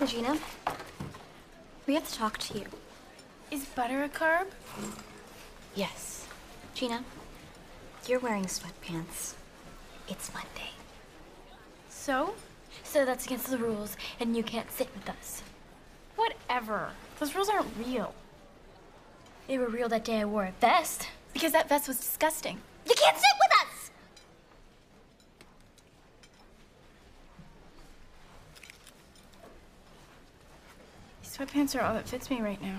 Gina, we have to talk to you. Is butter a carb? Yes. Gina, you're wearing sweatpants. It's Monday. So? So that's against the rules, and you can't sit with us. Whatever. Those rules aren't real. They were real that day I wore a vest. Because that vest was disgusting. You can't sit with us! These sweatpants are all that fits me right now.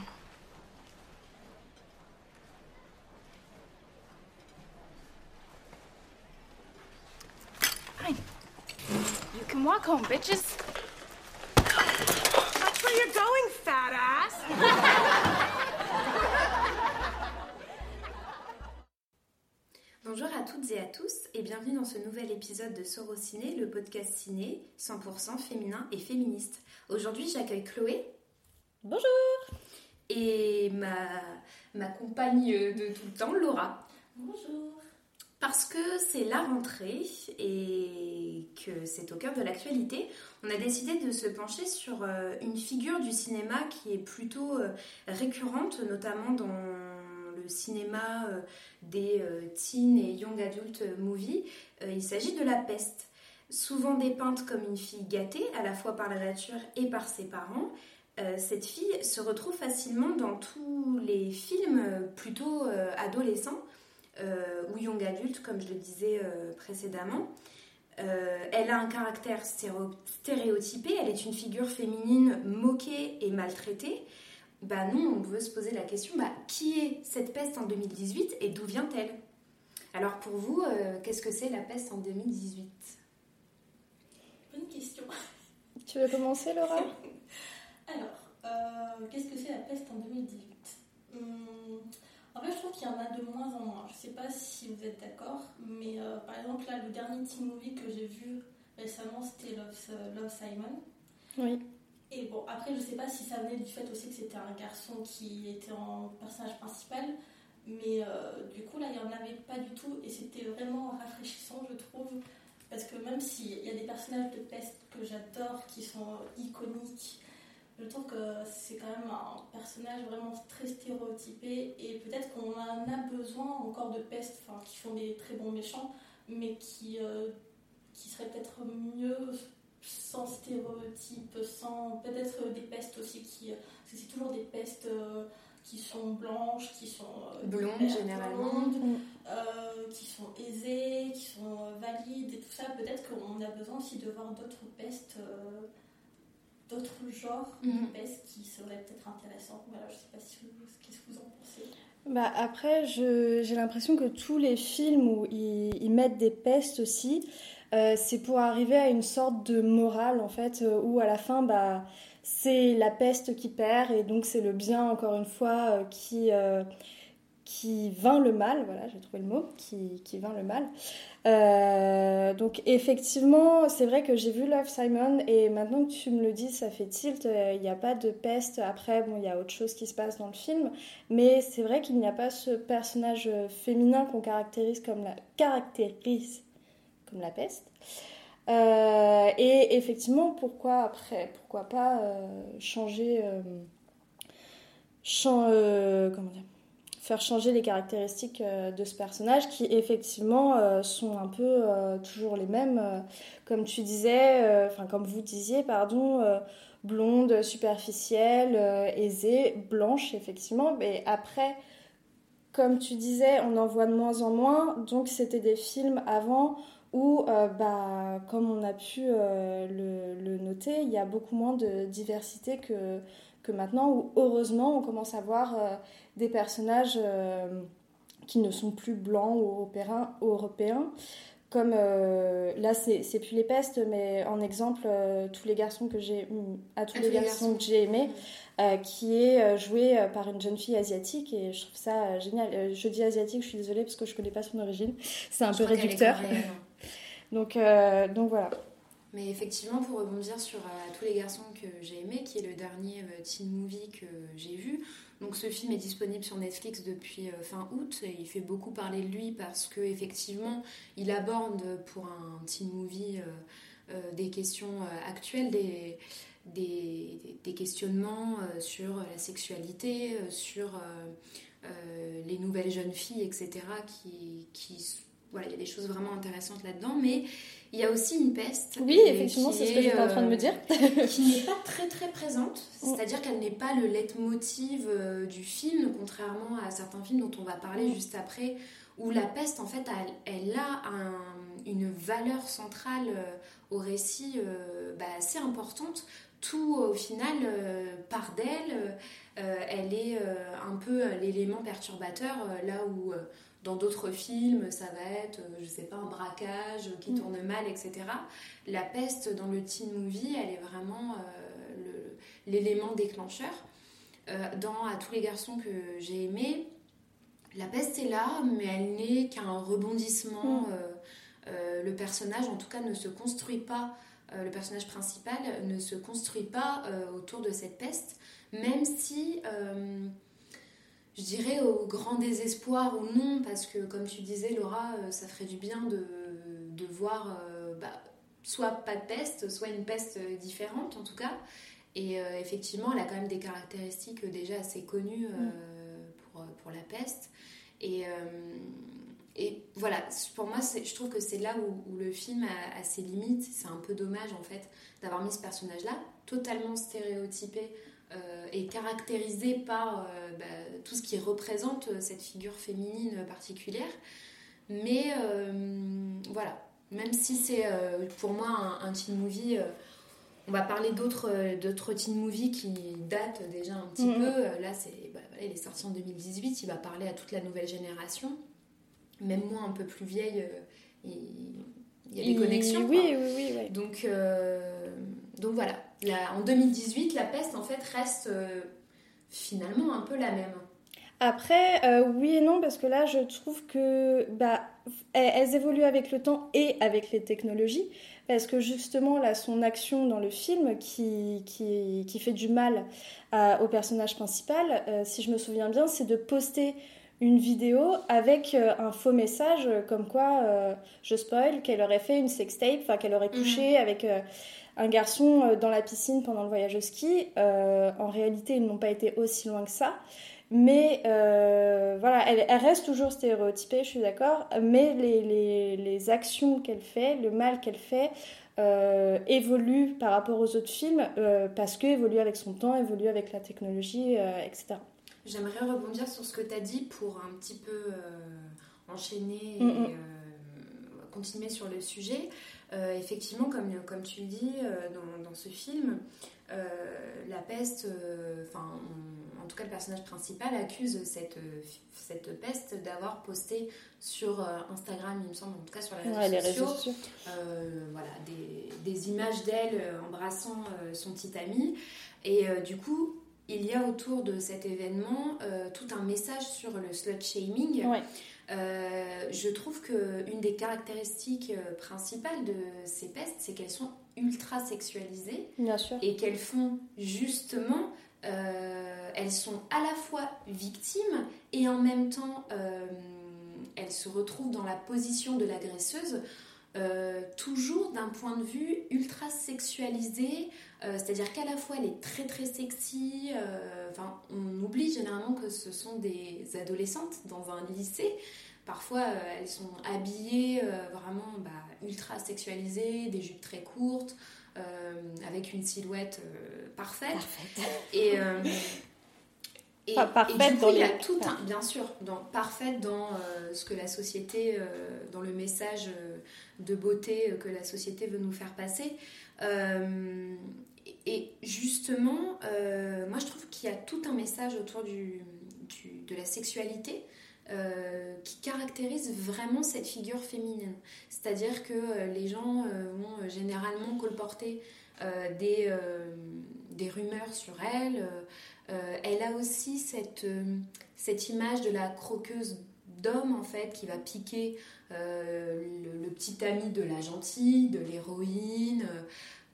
Fine. You can walk home, bitches. That's where you're going, fat ass. Bonjour à toutes et à tous et bienvenue dans ce nouvel épisode de Sorociné, le podcast ciné 100% féminin et féministe. Aujourd'hui, j'accueille Chloé. Bonjour. Et ma compagne de tout le temps, Laura. Bonjour. Parce que c'est la rentrée et que c'est au cœur de l'actualité, on a décidé de se pencher sur une figure du cinéma qui est plutôt récurrente, notamment dans le cinéma des teen et young adult movies. Il s'agit de la peste. Souvent dépeinte comme une fille gâtée, à la fois par la nature et par ses parents, cette fille se retrouve facilement dans tous les films plutôt adolescents, ou young adulte, comme je le disais précédemment. Elle a un caractère stéréotypé, elle est une figure féminine moquée et maltraitée. Nous, on veut se poser la question, qui est cette peste en 2018 et d'où vient-elle ? Alors pour vous, qu'est-ce que c'est la peste en 2018 ? Bonne question. Tu veux commencer, Laura ? Alors, qu'est-ce que c'est la peste en 2018 ? En fait, je trouve qu'il y en a de moins en moins. Je ne sais pas si vous êtes d'accord, mais par exemple, là, le dernier teen movie que j'ai vu récemment, c'était Love, Simon. Oui. Et bon, après, je ne sais pas si ça venait du fait aussi que c'était un garçon qui était en personnage principal, mais du coup, là, il n'y en avait pas du tout, et c'était vraiment rafraîchissant, je trouve, parce que même s'il y a des personnages de peste que j'adore, qui sont iconiques, je trouve que c'est quand même un personnage vraiment très stéréotypé, et peut-être qu'on en a besoin encore de pestes, qui font des très bons méchants, mais qui seraient peut-être mieux sans stéréotypes, sans peut-être des pestes aussi, parce que c'est toujours des pestes qui sont blanches, qui sont blondes généralement, qui sont aisées, qui sont valides et tout ça. Peut-être qu'on a besoin aussi de voir d'autres pestes, d'autres genres de pestes qui seraient peut-être intéressants. Voilà, je sais pas qu'est-ce que vous en pensez. Après, j'ai l'impression que tous les films où ils mettent des pestes aussi, c'est pour arriver à une sorte de morale en fait, où à la fin c'est la peste qui perd et donc c'est le bien encore une fois qui vainc le mal. Voilà, j'ai trouvé le mot, qui vainc le mal. Donc effectivement, c'est vrai que j'ai vu Love, Simon, et maintenant que tu me le dis, ça fait tilt. Il n'y a pas de peste. Après, il y a autre chose qui se passe dans le film, mais c'est vrai qu'il n'y a pas ce personnage féminin qu'on caractérise comme la peste. Et effectivement, pourquoi pas faire changer les caractéristiques de ce personnage qui effectivement sont un peu toujours les mêmes, comme tu disais, comme vous disiez, blonde, superficielle, aisée, blanche, effectivement. Mais après, comme tu disais, on en voit de moins en moins, donc c'était des films avant où, comme on a pu le noter, il y a beaucoup moins de diversité que maintenant, où heureusement on commence à voir des personnages qui ne sont plus blancs ou européens. Comme là, c'est plus les pestes, mais en exemple, tous les garçons que j'ai aimés, qui est joué par une jeune fille asiatique, et je trouve ça génial. Je dis asiatique, je suis désolée parce que je connais pas son origine, c'est un peu réducteur. Donc voilà. Mais effectivement, pour rebondir sur Tous les garçons que j'ai aimés, qui est le dernier teen movie que j'ai vu, donc ce film est disponible sur Netflix depuis fin août, et il fait beaucoup parler de lui parce qu'effectivement, il aborde pour un teen movie des questions actuelles, des questionnements sur la sexualité, sur les nouvelles jeunes filles, etc. Voilà, il y a des choses vraiment intéressantes là-dedans, mais il y a aussi une peste. Oui, effectivement, c'est ce que j'étais en train de me dire. Qui n'est pas très très présente, c'est-à-dire qu'elle n'est pas le leitmotiv du film, contrairement à certains films dont on va parler juste après, où la peste, en fait, elle a une valeur centrale au récit assez importante. Tout, au final, part d'elle. Elle est un peu l'élément perturbateur, là où... dans d'autres films, ça va être, je sais pas, un braquage qui tourne mal, etc. La peste, dans le teen movie, elle est vraiment l'élément déclencheur. À tous les garçons que j'ai aimés, la peste est là, mais elle n'est qu'un rebondissement. Le personnage, en tout cas, ne se construit pas, le personnage principal ne se construit pas autour de cette peste, même si... je dirais au grand désespoir ou non, parce que comme tu disais Laura, ça ferait du bien de voir soit pas de peste, soit une peste différente en tout cas. Et effectivement, elle a quand même des caractéristiques déjà assez connues pour la peste. Et voilà, pour moi, je trouve que c'est là où le film a ses limites. C'est un peu dommage en fait d'avoir mis ce personnage-là, totalement stéréotypé, est caractérisé par tout ce qui représente cette figure féminine particulière. Mais voilà, même si c'est pour moi un teen movie, on va parler d'autres teen movies qui datent déjà un petit peu. Là, il est sorti en 2018, il va parler à toute la nouvelle génération. Même moi, un peu plus vieille, il y a des connexions. Oui. Donc voilà. En 2018, la peste, en fait, reste finalement un peu la même. Après, oui et non, parce que là, je trouve que elles évoluent avec le temps et avec les technologies. Parce que justement, là, son action dans le film qui fait du mal au personnage principal, si je me souviens bien, c'est de poster une vidéo avec un faux message comme quoi, je spoil, qu'elle aurait fait une sextape, enfin qu'elle aurait couché avec un garçon dans la piscine pendant le voyage au ski. En réalité, ils n'ont pas été aussi loin que ça. Mais voilà, elle reste toujours stéréotypée, je suis d'accord, mais les actions qu'elle fait, le mal qu'elle fait, évolue par rapport aux autres films, parce qu'elle évolue avec son temps, évolue avec la technologie, etc. J'aimerais rebondir sur ce que tu as dit pour un petit peu enchaîner et continuer sur le sujet. Effectivement, comme tu le dis, dans ce film, la peste, en tout cas le personnage principal accuse cette peste d'avoir posté sur Instagram, il me semble, en tout cas sur les réseaux sociaux. Voilà, des images d'elle embrassant son petit ami. Et du coup, il y a autour de cet événement tout un message sur le slut-shaming. Ouais. Je trouve qu'une des caractéristiques principales de ces pestes, c'est qu'elles sont ultra sexualisées. Bien sûr. Et qu'elles font justement... elles sont à la fois victimes et en même temps elles se retrouvent dans la position de l'agresseuse, toujours d'un point de vue ultra sexualisé, c'est-à-dire qu'à la fois elle est très très sexy, on oublie généralement que ce sont des adolescentes dans un lycée. Parfois elles sont habillées vraiment ultra sexualisées, des jupes très courtes, avec une silhouette parfaite. Parfaite du coup, il y a tout un... Bien sûr, parfaite dans ce que la société, dans le message de beauté que la société veut nous faire passer. Et justement, moi je trouve qu'il y a tout un message autour de la sexualité qui caractérise vraiment cette figure féminine. C'est-à-dire que les gens vont généralement colporter des rumeurs sur elle. Elle a aussi cette image de la croqueuse d'homme, en fait, qui va piquer le petit ami de la gentille, de l'héroïne.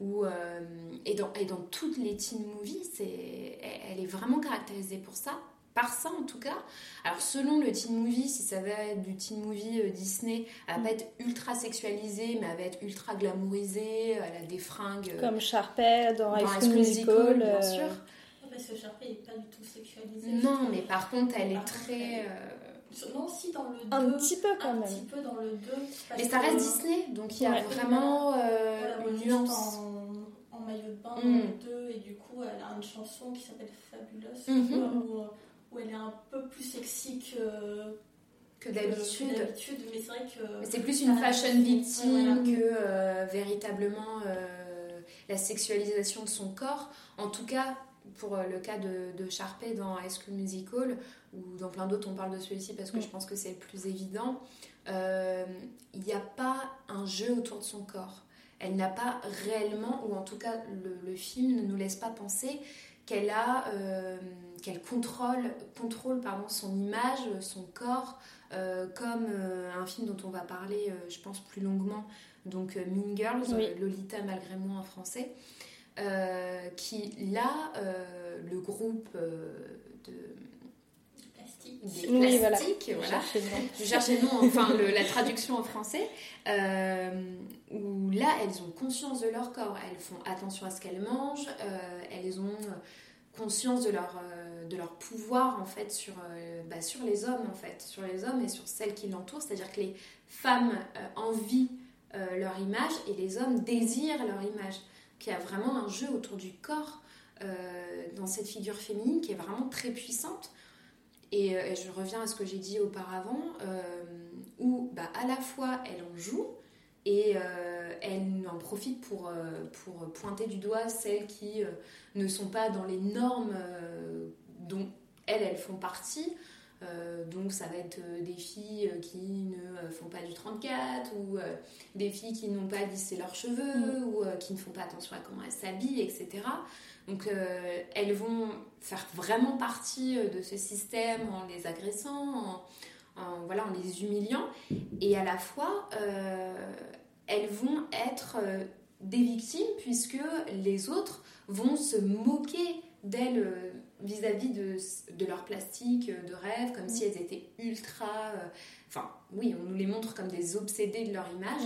Et dans toutes les teen movies, elle est vraiment caractérisée pour ça, par ça en tout cas. Alors selon le teen movie, si ça va être du teen movie Disney, elle va pas être ultra sexualisée, mais elle va être ultra glamourisée, elle a des fringues... Comme Sharpay dans High High School School Musical, Musical. bien sûr. Parce que Sharpay n'est pas du tout sexualisée. Non, mais par contre, elle est très... Non, si, dans le 2. Un petit peu quand même. Un petit peu dans le 2. Mais ça reste Disney, donc il y a vraiment voilà, une nuance. En maillot de bain dans le 2, et du coup, elle a une chanson qui s'appelle Fabulous, où elle est un peu plus sexy que d'habitude. Mais c'est vrai que... C'est plus une fashion victime que véritablement la sexualisation de son corps. En tout cas, pour le cas de Sharpay dans High School Musical, ou dans plein d'autres, on parle de celui-ci parce que je pense que c'est le plus évident, il n'y a pas un jeu autour de son corps. Elle n'a pas réellement, ou en tout cas le film ne nous laisse pas penser qu'elle contrôle son image, son corps, comme un film dont on va parler, je pense, plus longuement, donc Mean Girls, Lolita malgré moi en français, qui là, le groupe des plastiques, voilà. Je cherchais le nom, enfin la traduction en français, où là elles ont conscience de leur corps, elles font attention à ce qu'elles mangent, elles ont conscience de leur pouvoir en fait sur les hommes en fait, sur les hommes et sur celles qui l'entourent, c'est-à-dire que les femmes envient leur image et les hommes désirent leur image, qu'il y a vraiment un jeu autour du corps dans cette figure féminine qui est vraiment très puissante. Et je reviens à ce que j'ai dit auparavant, où à la fois elle en joue et elle en profite pour pointer du doigt celles qui ne sont pas dans les normes dont elles font partie. Donc ça va être des filles qui ne font pas du 34 ou des filles qui n'ont pas lissé leurs cheveux ou qui ne font pas attention à comment elles s'habillent, etc. Donc elles vont faire vraiment partie de ce système en les agressant, en les humiliant, et à la fois elles vont être des victimes puisque les autres vont se moquer d'elles vis-à-vis de leur plastique de rêve, comme si elles étaient ultra... on nous les montre comme des obsédés de leur image,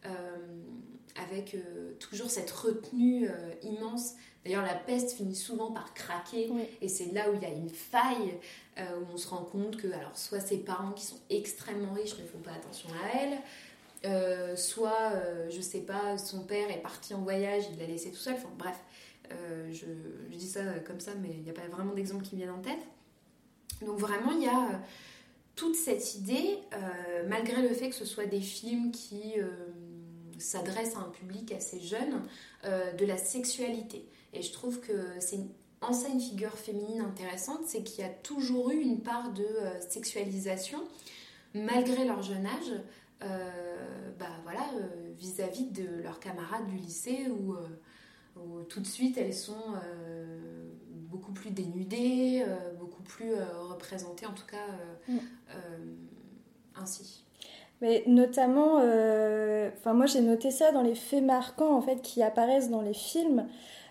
avec toujours cette retenue immense. D'ailleurs, la peste finit souvent par craquer, et c'est là où il y a une faille, où on se rend compte que soit ses parents qui sont extrêmement riches ne font pas attention à elle, soit, je sais pas, son père est parti en voyage, il l'a laissé tout seul, enfin bref. Je dis ça comme ça, mais il n'y a pas vraiment d'exemple qui me viennent en tête. Donc vraiment, il y a toute cette idée, malgré le fait que ce soit des films qui s'adressent à un public assez jeune, de la sexualité. Et je trouve que c'est en ça une figure féminine intéressante, c'est qu'il y a toujours eu une part de sexualisation, malgré leur jeune âge, vis-à-vis de leurs camarades du lycée, où tout de suite elles sont beaucoup plus dénudées, beaucoup plus représentées, en tout cas ainsi. Mais notamment, moi j'ai noté ça dans les faits marquants en fait qui apparaissent dans les films.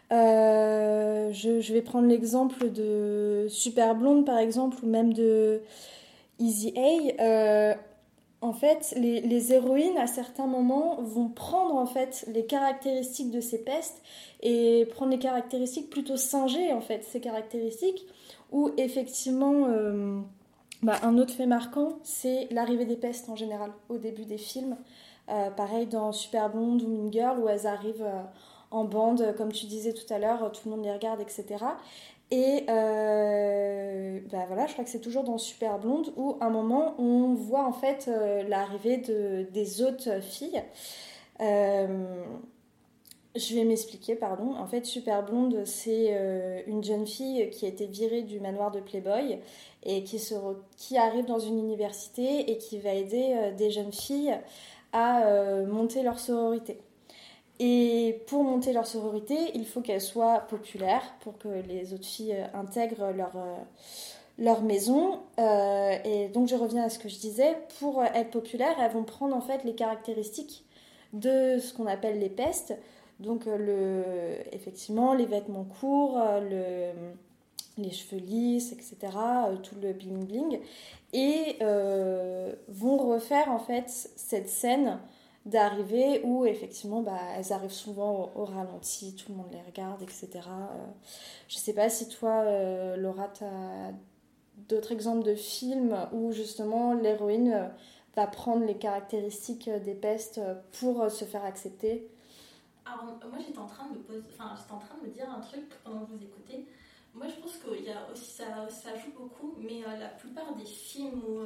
Je vais prendre l'exemple de Super Blonde par exemple, ou même de Easy A. En fait, les héroïnes, à certains moments, vont prendre en fait les caractéristiques de ces pestes et prendre les caractéristiques plutôt singer en fait, ces caractéristiques, où effectivement, un autre fait marquant, c'est l'arrivée des pestes en général, au début des films. Pareil dans Super Blonde ou Mean Girl, où elles arrivent en bande, comme tu disais tout à l'heure, tout le monde les regarde, etc. Et je crois que c'est toujours dans Super Blonde où à un moment on voit en fait l'arrivée des autres filles. Je vais m'expliquer, pardon. En fait, Super Blonde, c'est une jeune fille qui a été virée du manoir de Playboy et qui arrive dans une université et qui va aider des jeunes filles à monter leur sororité. Et pour monter leur sororité, il faut qu'elles soient populaires pour que les autres filles intègrent leur maison. Et donc je reviens à ce que je disais. Pour être populaires, elles vont prendre en fait les caractéristiques de ce qu'on appelle les pestes. Donc effectivement, les vêtements courts, les cheveux lisses, etc., tout le bling-bling, et vont refaire en fait cette scène d'arrivée où effectivement elles arrivent souvent au ralenti, tout le monde les regarde, etc. Je sais pas si toi, Laura, t'as d'autres exemples de films où justement l'héroïne va prendre les caractéristiques des pestes pour se faire accepter. Alors, moi j'étais en train de me dire un truc pendant que vous écoutez. Moi je pense qu'il y a aussi, ça joue beaucoup, mais la plupart des films où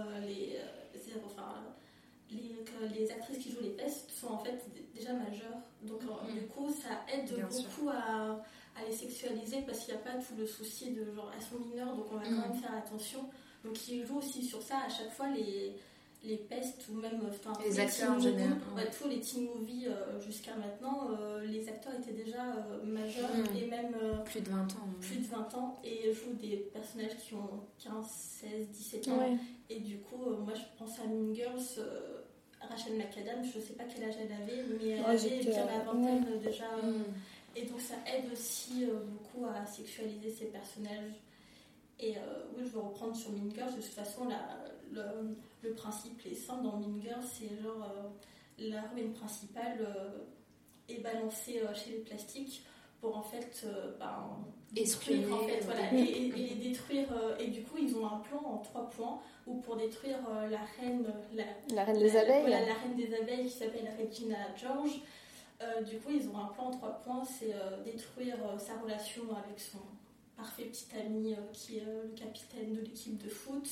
les actrices qui jouent les pestes sont en fait déjà majeures. Donc du coup ça aide beaucoup à les sexualiser parce qu'il n'y a pas tout le souci de genre elles sont mineures donc on va quand même faire attention. Donc ils jouent aussi sur ça à chaque fois les pestes ou même les acteurs en général. Tous les teen movies jusqu'à maintenant, les acteurs étaient déjà majeurs et même plus de 20 ans. Plus de 20 ans et jouent des personnages qui ont 15, 16, 17 ans. Ouais. Et du coup, moi je pense à Mean Girls, Rachel McAdams, je sais pas quel âge elle avait, mais elle avait bien la vingtaine déjà. Et donc ça aide aussi beaucoup à sexualiser ces personnages. Et oui, je veux reprendre sur Mean Girls. De toute façon, le principe est simple dans Mean Girls, c'est genre l'héroïne principale est balancée chez les plastiques pour en fait détruire en fait, voilà, et les détruire. Et du coup, ils ont un plan en 3 points où pour détruire la reine des abeilles. Voilà, la reine des abeilles qui s'appelle Regina George. Du coup, ils ont un plan en 3 points, c'est détruire sa relation avec son parfait petit ami qui est le capitaine de l'équipe de foot.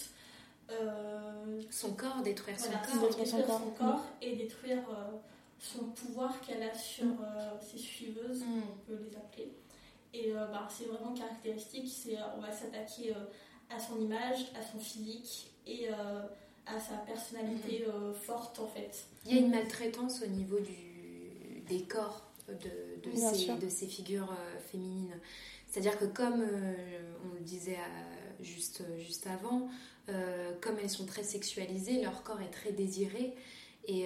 Son corps, détruire son corps et détruire son pouvoir qu'elle a sur ses suiveuses, on peut les appeler. Et c'est vraiment caractéristique, on va s'attaquer à son image, à son physique et à sa personnalité forte en fait. Il y a une maltraitance au niveau des corps de ces figures féminines. C'est-à-dire que comme on le disait juste avant, comme elles sont très sexualisées, leur corps est très désiré et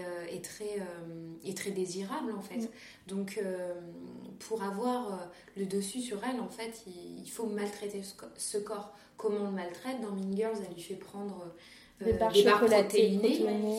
très désirable en fait. Donc pour avoir le dessus sur elle, en fait, il faut maltraiter ce corps. Comment on le maltraite? Dans Mean Girls, elle lui fait prendre des barres protéinées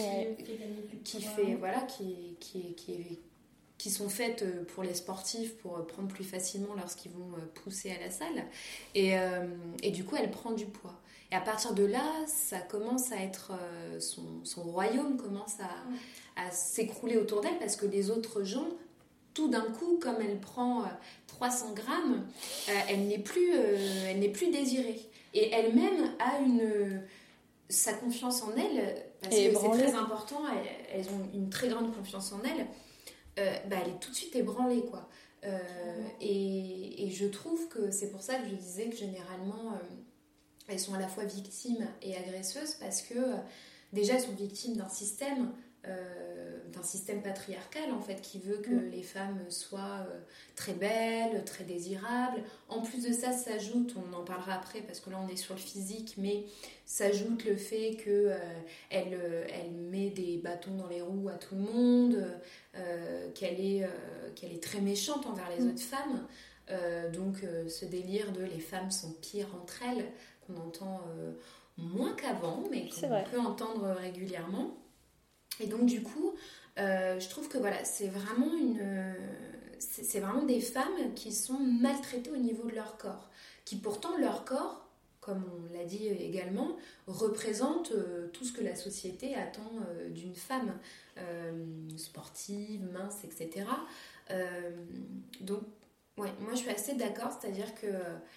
qui sont faites pour les sportifs pour prendre plus facilement lorsqu'ils vont pousser à la salle et du coup elle prend du poids et à partir de là ça commence à être son royaume commence à s'écrouler autour d'elle parce que les autres gens tout d'un coup comme elle prend 300 grammes elle n'est plus désirée et elle-même a sa confiance en elle parce que c'est très important elles ont une très grande confiance en elle. Elle est tout de suite ébranlée quoi. Et je trouve que c'est pour ça que je disais que généralement elles sont à la fois victimes et agresseuses parce que déjà elles sont victimes d'un système patriarcal en fait qui veut que les femmes soient très belles, très désirables. En plus de ça s'ajoute, on en parlera après parce que là on est sur le physique, mais s'ajoute le fait que elle met des bâtons dans les roues à tout le monde, qu'elle est très méchante envers les autres femmes. Donc ce délire de les femmes sont pires entre elles qu'on entend moins qu'avant mais qu'on peut entendre régulièrement. Et donc du coup, je trouve que voilà, c'est vraiment des femmes qui sont maltraitées au niveau de leur corps, qui pourtant leur corps, comme on l'a dit également, représente tout ce que la société attend d'une femme, sportive, mince, etc. Donc, ouais, moi je suis assez d'accord, c'est-à-dire que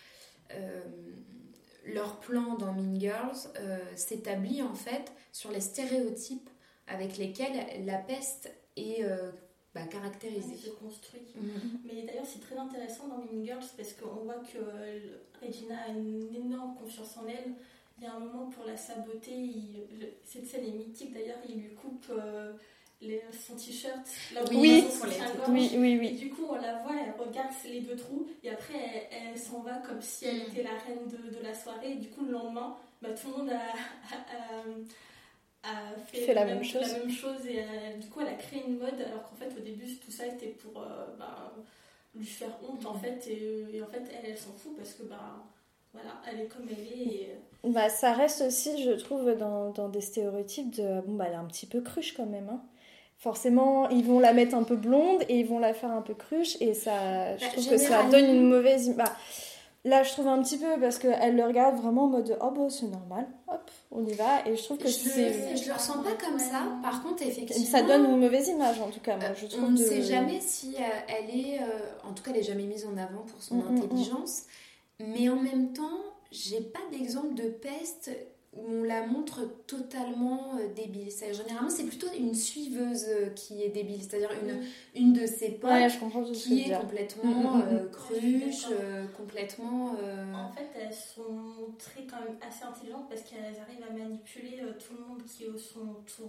leur plan dans Mean Girls s'établit en fait sur les stéréotypes avec lesquels la peste est caractérisée. Elle se construit. Mais d'ailleurs, c'est très intéressant dans Mean Girls parce qu'on voit que Regina a une énorme confiance en elle. Il y a un moment pour la saboter, cette scène est mythique d'ailleurs, il lui coupe son t-shirt. Oui. Et du coup, on la voit, elle regarde les 2 trous et après, elle s'en va comme si elle était la reine de la soirée. Et du coup, le lendemain, tout le monde a fait la même chose et du coup elle a créé une mode alors qu'en fait au début tout ça était pour lui faire honte en fait et en fait elle s'en fout parce que voilà, elle est comme elle est. Et... Bah, ça reste aussi, je trouve, dans des stéréotypes de... Bon, bah, elle est un petit peu cruche quand même, hein. Forcément, ils vont la mettre un peu blonde et ils vont la faire un peu cruche et ça, je trouve que ça donne une mauvaise image. Bah, là, je trouve un petit peu parce qu'elle le regarde vraiment en mode oh bah c'est normal, hop, on y va. Et je trouve que Je le ressens pas comme ça. Par contre, effectivement, ça donne une mauvaise image en tout cas. Moi, je trouve on ne sait jamais si elle est, en tout cas, elle est jamais mise en avant pour son intelligence. Mais en même temps, j'ai pas d'exemple de peste où on la montre totalement débile. Généralement, c'est plutôt une suiveuse qui est débile, c'est-à-dire une de ses potes qui est complètement cruche, complètement... En fait, elles sont très quand même assez intelligentes parce qu'elles arrivent à manipuler tout le monde qui sont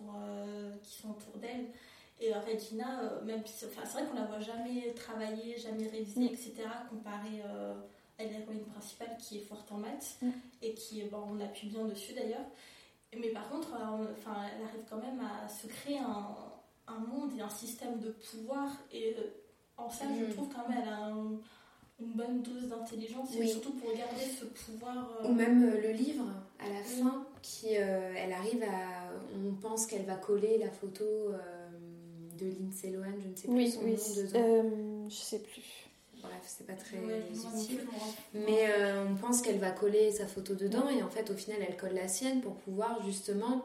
autour d'elles. Et Regina, même, c'est vrai qu'on la voit jamais travailler, jamais réviser, etc. Comparé à l'héroïne principale qui est forte en maths et qui, on appuie bien dessus d'ailleurs. Mais par contre, elle arrive quand même à se créer un monde et un système de pouvoir. Et en ça, je trouve quand même elle a une bonne dose d'intelligence, et surtout pour garder ce pouvoir. Ou même le livre à la fin, qui elle arrive à. On pense qu'elle va coller la photo de Lindsay Lohan, je ne sais plus son nom dedans. Je sais plus. Bref, c'est pas très utile. Mais on pense qu'elle va coller sa photo dedans et en fait, au final, elle colle la sienne pour pouvoir justement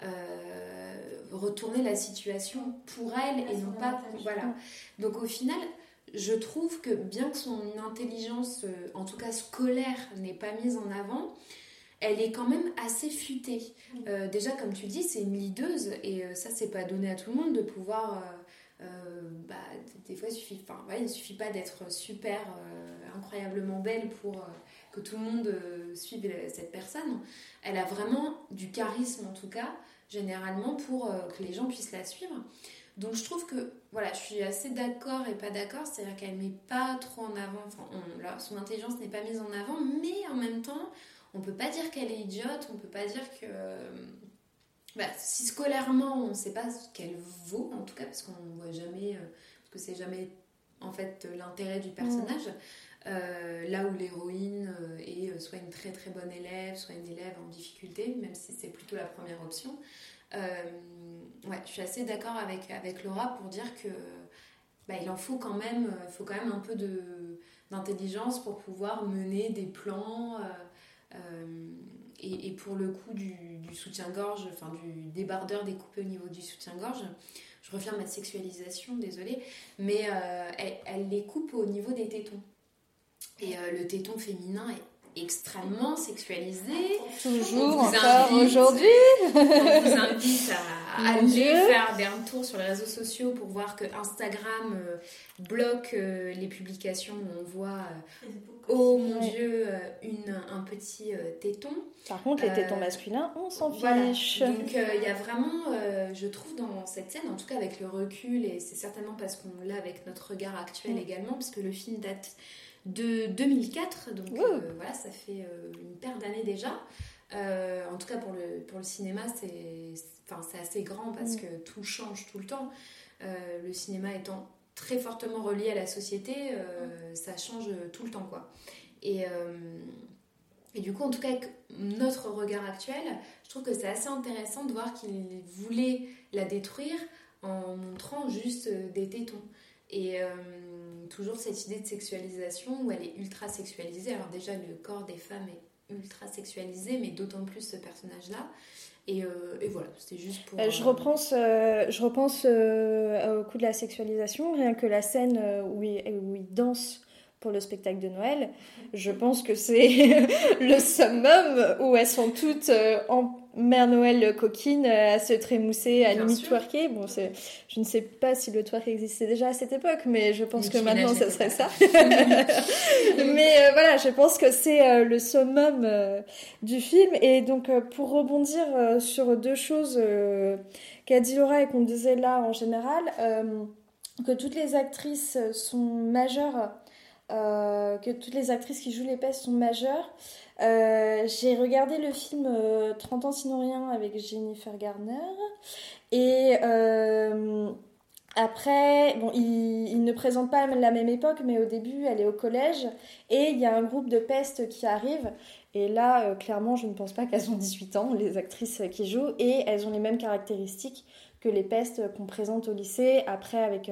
retourner la situation pour elle et non pas... Voilà. Donc au final, je trouve que bien que son intelligence, en tout cas scolaire, n'est pas mise en avant, elle est quand même assez futée. Déjà, comme tu dis, c'est une leaduse et ça, c'est pas donné à tout le monde de pouvoir... des fois il suffit pas d'être super incroyablement belle pour que tout le monde suive cette personne. Elle a vraiment du charisme en tout cas généralement pour que les gens puissent la suivre. Donc je trouve que voilà, je suis assez d'accord et pas d'accord, c'est-à-dire qu'elle met pas trop en avant, son intelligence n'est pas mise en avant, mais en même temps on peut pas dire qu'elle est idiote, on peut pas dire que si scolairement on ne sait pas ce qu'elle vaut, en tout cas parce qu'on ne voit jamais, parce que c'est jamais en fait l'intérêt du personnage, là où l'héroïne est soit une très très bonne élève, soit une élève en difficulté, même si c'est plutôt la première option. Je suis assez d'accord avec Laura pour dire que il faut quand même un peu d'intelligence pour pouvoir mener des plans. Et pour le coup du soutien-gorge, du débardeur découpé au niveau du soutien-gorge, je reviens à ma sexualisation, désolée, mais elle les coupe au niveau des tétons. Et le téton féminin est extrêmement sexualisé. Toujours, encore aujourd'hui. On vous invite à aller faire un tour sur les réseaux sociaux pour voir que Instagram bloque les publications où on voit oh mon Dieu, un petit téton. Par contre, les tétons masculins, on s'en fiche. Voilà. Donc il y a vraiment, je trouve dans cette scène, en tout cas avec le recul, et c'est certainement parce qu'on l'a avec notre regard actuel également, parce que le film date de 2004, donc ça fait une paire d'années déjà. En tout cas pour le cinéma, c'est assez grand parce que tout change tout le temps. Le cinéma étant très fortement relié à la société, ça change tout le temps, quoi. Et du coup, en tout cas, avec notre regard actuel, je trouve que c'est assez intéressant de voir qu'il voulait la détruire en montrant juste des tétons. Et toujours cette idée de sexualisation où elle est ultra sexualisée. Alors déjà, le corps des femmes est ultra sexualisé, mais d'autant plus ce personnage-là. Et voilà, c'était juste pour... Je repense au coup de la sexualisation, rien que la scène où il danse pour le spectacle de Noël. Je pense que c'est le summum où elles sont toutes en Mère Noël coquine à se trémousser, à limite twerker. Bon, je ne sais pas si le twerk existait déjà à cette époque, mais je pense que maintenant ça serait ça. Mais voilà, je pense que c'est le summum du film. Et donc, pour rebondir sur deux choses qu'a dit Laura et qu'on disait là en général, que toutes les actrices sont majeures, que toutes les actrices qui jouent les pestes sont majeures. J'ai regardé le film 30 ans sinon rien avec Jennifer Garner et Après, bon, ils ne présentent pas la même époque, mais au début, elle est au collège et il y a un groupe de peste qui arrive. Et là, clairement, je ne pense pas qu'elles ont 18 ans, les actrices qui jouent, et elles ont les mêmes caractéristiques que les pestes qu'on présente au lycée, après avec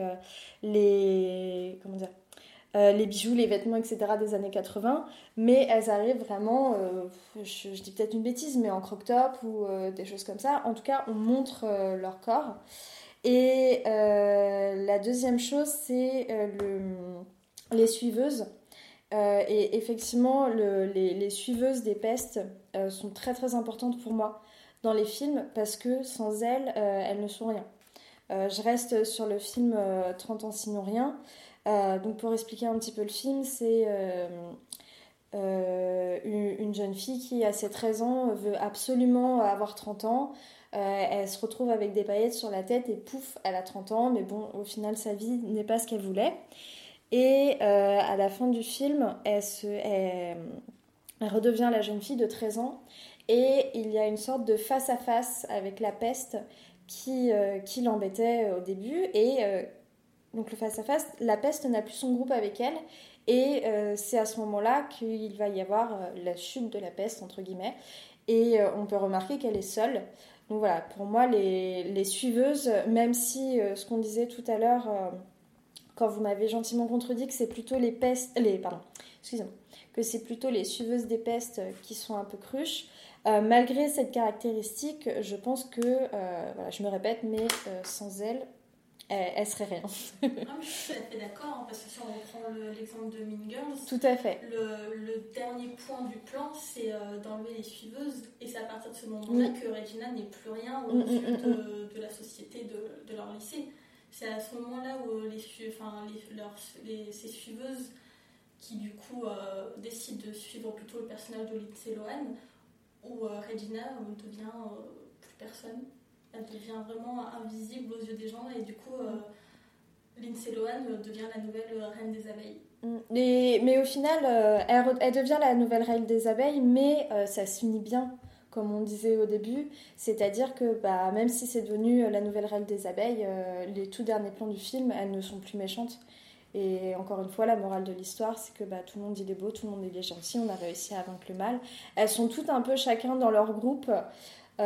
les bijoux, les vêtements, etc. des années 80, mais elles arrivent vraiment, je dis peut-être une bêtise, mais en croc-top ou des choses comme ça. En tout cas, on montre leur corps. Et la deuxième chose, c'est les suiveuses. Et effectivement, les suiveuses des pestes sont très très importantes pour moi dans les films parce que sans elles, elles ne sont rien. Je reste sur le film 30 ans sinon rien. Donc pour expliquer un petit peu le film, c'est une jeune fille qui à ses 13 ans veut absolument avoir 30 ans. Elle se retrouve avec des paillettes sur la tête et pouf, elle a 30 ans, mais bon, au final sa vie n'est pas ce qu'elle voulait. Et à la fin du film, elle redevient la jeune fille de 13 ans et il y a une sorte de face-à-face avec la peste qui l'embêtait au début. Et donc le face-à-face, la peste n'a plus son groupe avec elle et c'est à ce moment-là qu'il va y avoir la chute de la peste, entre guillemets. Et on peut remarquer qu'elle est seule. Donc voilà, pour moi, les suiveuses, même si ce qu'on disait tout à l'heure... quand vous m'avez gentiment contredit que c'est plutôt que c'est plutôt les suiveuses des pestes qui sont un peu cruches. Malgré cette caractéristique, je pense que, je me répète, mais sans elles, elle serait rien. Ah, mais je suis tout à fait d'accord, parce que si on reprend l'exemple de Mean Girls, tout à fait. Le dernier point du plan, c'est d'enlever les suiveuses, et c'est à partir de ce moment-là que Regina n'est plus rien au-dessus de la société de leur lycée. C'est à ce moment-là où ces suiveuses qui du coup décident de suivre plutôt le personnage de Lindsay Lohan, où Regina devient plus personne. Elle devient vraiment invisible aux yeux des gens et du coup Lindsay Lohan devient la nouvelle reine des abeilles. Mais au final, elle devient la nouvelle reine des abeilles, mais ça se finit bien. Comme on disait au début, c'est-à-dire que même si c'est devenu la nouvelle reine des abeilles, les tout derniers plans du film, elles ne sont plus méchantes. Et encore une fois, la morale de l'histoire, c'est que tout le monde il est beau, tout le monde il est gentil, on a réussi à vaincre le mal. Elles sont toutes un peu chacun dans leur groupe. Et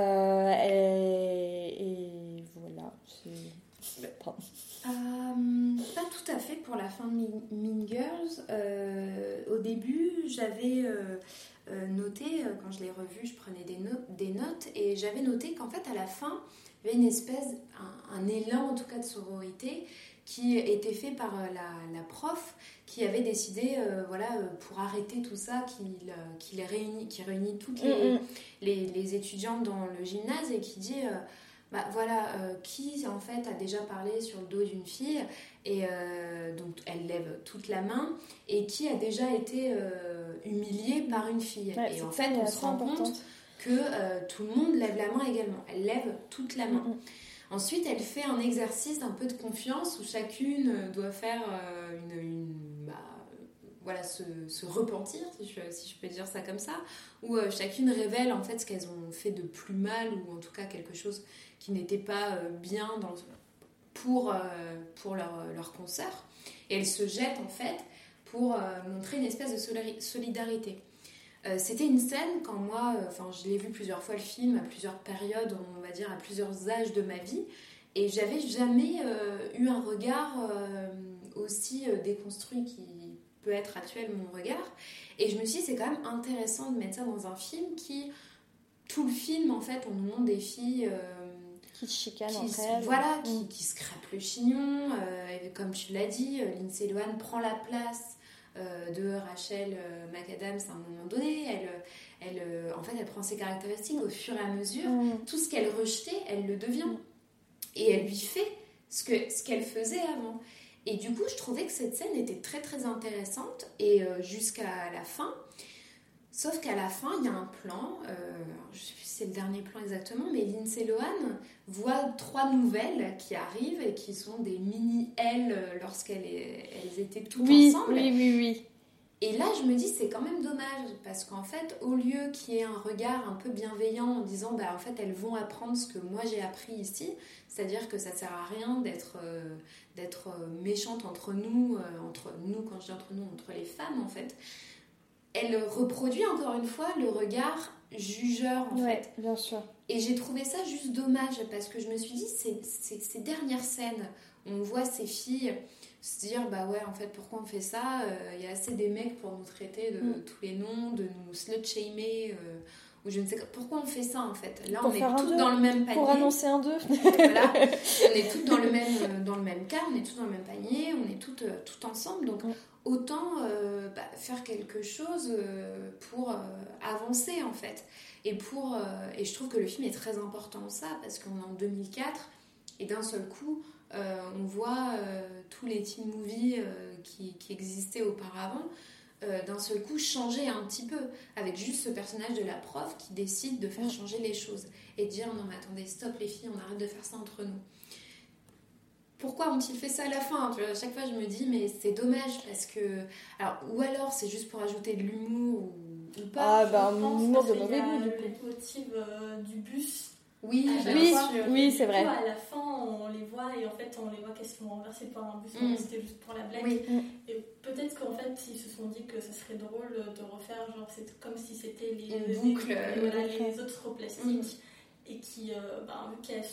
voilà. Pas tout à fait pour la fin de Mean Girls. Au début, j'avais... noté, quand je l'ai revu, je prenais des notes et j'avais noté qu'en fait à la fin il y avait une espèce, un élan en tout cas de sororité qui était fait par la prof qui avait décidé pour arrêter tout ça qui réunit toutes les étudiantes dans le gymnase et qui dit qui en fait a déjà parlé sur le dos d'une fille et donc elle lève toute la main et qui a déjà été humiliée par une fille et en fait on se rend compte que tout le monde lève la main également, elle lève toute la main. Ensuite elle fait un exercice d'un peu de confiance où chacune doit faire se repentir, si je peux dire ça comme ça, où chacune révèle en fait ce qu'elles ont fait de plus mal ou en tout cas quelque chose qui n'était pas bien pour leur concert. Et elles se jettent en fait pour montrer une espèce de solidarité. C'était une scène quand moi, je l'ai vu plusieurs fois le film, à plusieurs périodes, on va dire à plusieurs âges de ma vie, et j'avais jamais eu un regard aussi déconstruit qui peut être actuel mon regard. Et je me suis dit, c'est quand même intéressant de mettre ça dans un film qui, tout le film en fait, on nous montre des filles qui se chicanent entre elles. Voilà, qui se crêpent le chignon. Comme tu l'as dit, Lindsay Lohan prend la place de Rachel McAdams à un moment donné. Elle prend ses caractéristiques au fur et à mesure. Tout ce qu'elle rejetait, elle le devient. Et elle lui fait ce qu'elle faisait avant. Et du coup, je trouvais que cette scène était très très intéressante et jusqu'à la fin. Sauf qu'à la fin, il y a un plan, je ne sais plus si c'est le dernier plan exactement, mais Lindsay Lohan voit 3 nouvelles qui arrivent et qui sont des mini-elles lorsqu'elles étaient toutes ensemble. Oui. Et là, je me dis, c'est quand même dommage, parce qu'en fait, au lieu qu'il y ait un regard un peu bienveillant en disant, en fait, elles vont apprendre ce que moi j'ai appris ici, c'est-à-dire que ça sert à rien d'être méchante entre nous, quand je dis entre nous, entre les femmes, en fait. Elle reproduit encore une fois le regard jugeur, en fait. Bien sûr. Et j'ai trouvé ça juste dommage, parce que je me suis dit, ces dernières scènes, on voit ces filles se dire, en fait, pourquoi on fait ça ? Il y a assez des mecs pour nous traiter de tous les noms, de nous slut-shamer, ou je ne sais pas. Pourquoi on fait ça, en fait ? Là, on est toutes dans le même panier. Pour annoncer un 2. Voilà. On est toutes dans le même cas, on est toutes dans le même panier, on est toutes ensemble. Donc, autant faire quelque chose pour avancer, en fait. Et je trouve que le film est très important en ça, parce qu'on est en 2004, et d'un seul coup, on voit tous les teen movies qui existaient auparavant, d'un seul coup changer un petit peu, avec juste ce personnage de la prof qui décide de faire changer les choses et de dire non mais attendez, stop les filles, on arrête de faire ça entre nous. Pourquoi ont-ils fait ça à la fin ? À chaque fois je me dis mais c'est dommage, parce que ou alors c'est juste pour ajouter de l'humour ou pas. Un humour de mauvais goût. Le motif du bus. Oui, c'est vrai. À la fin, on les voit et en fait, on les voit qu'elles se font renverser par un bus. C'était juste pour la blague. Oui. Et peut-être qu'en fait, ils se sont dit que ça serait drôle de refaire, genre, c'est comme si c'était les boucles, les autres plastiques et qui, vu qu'elles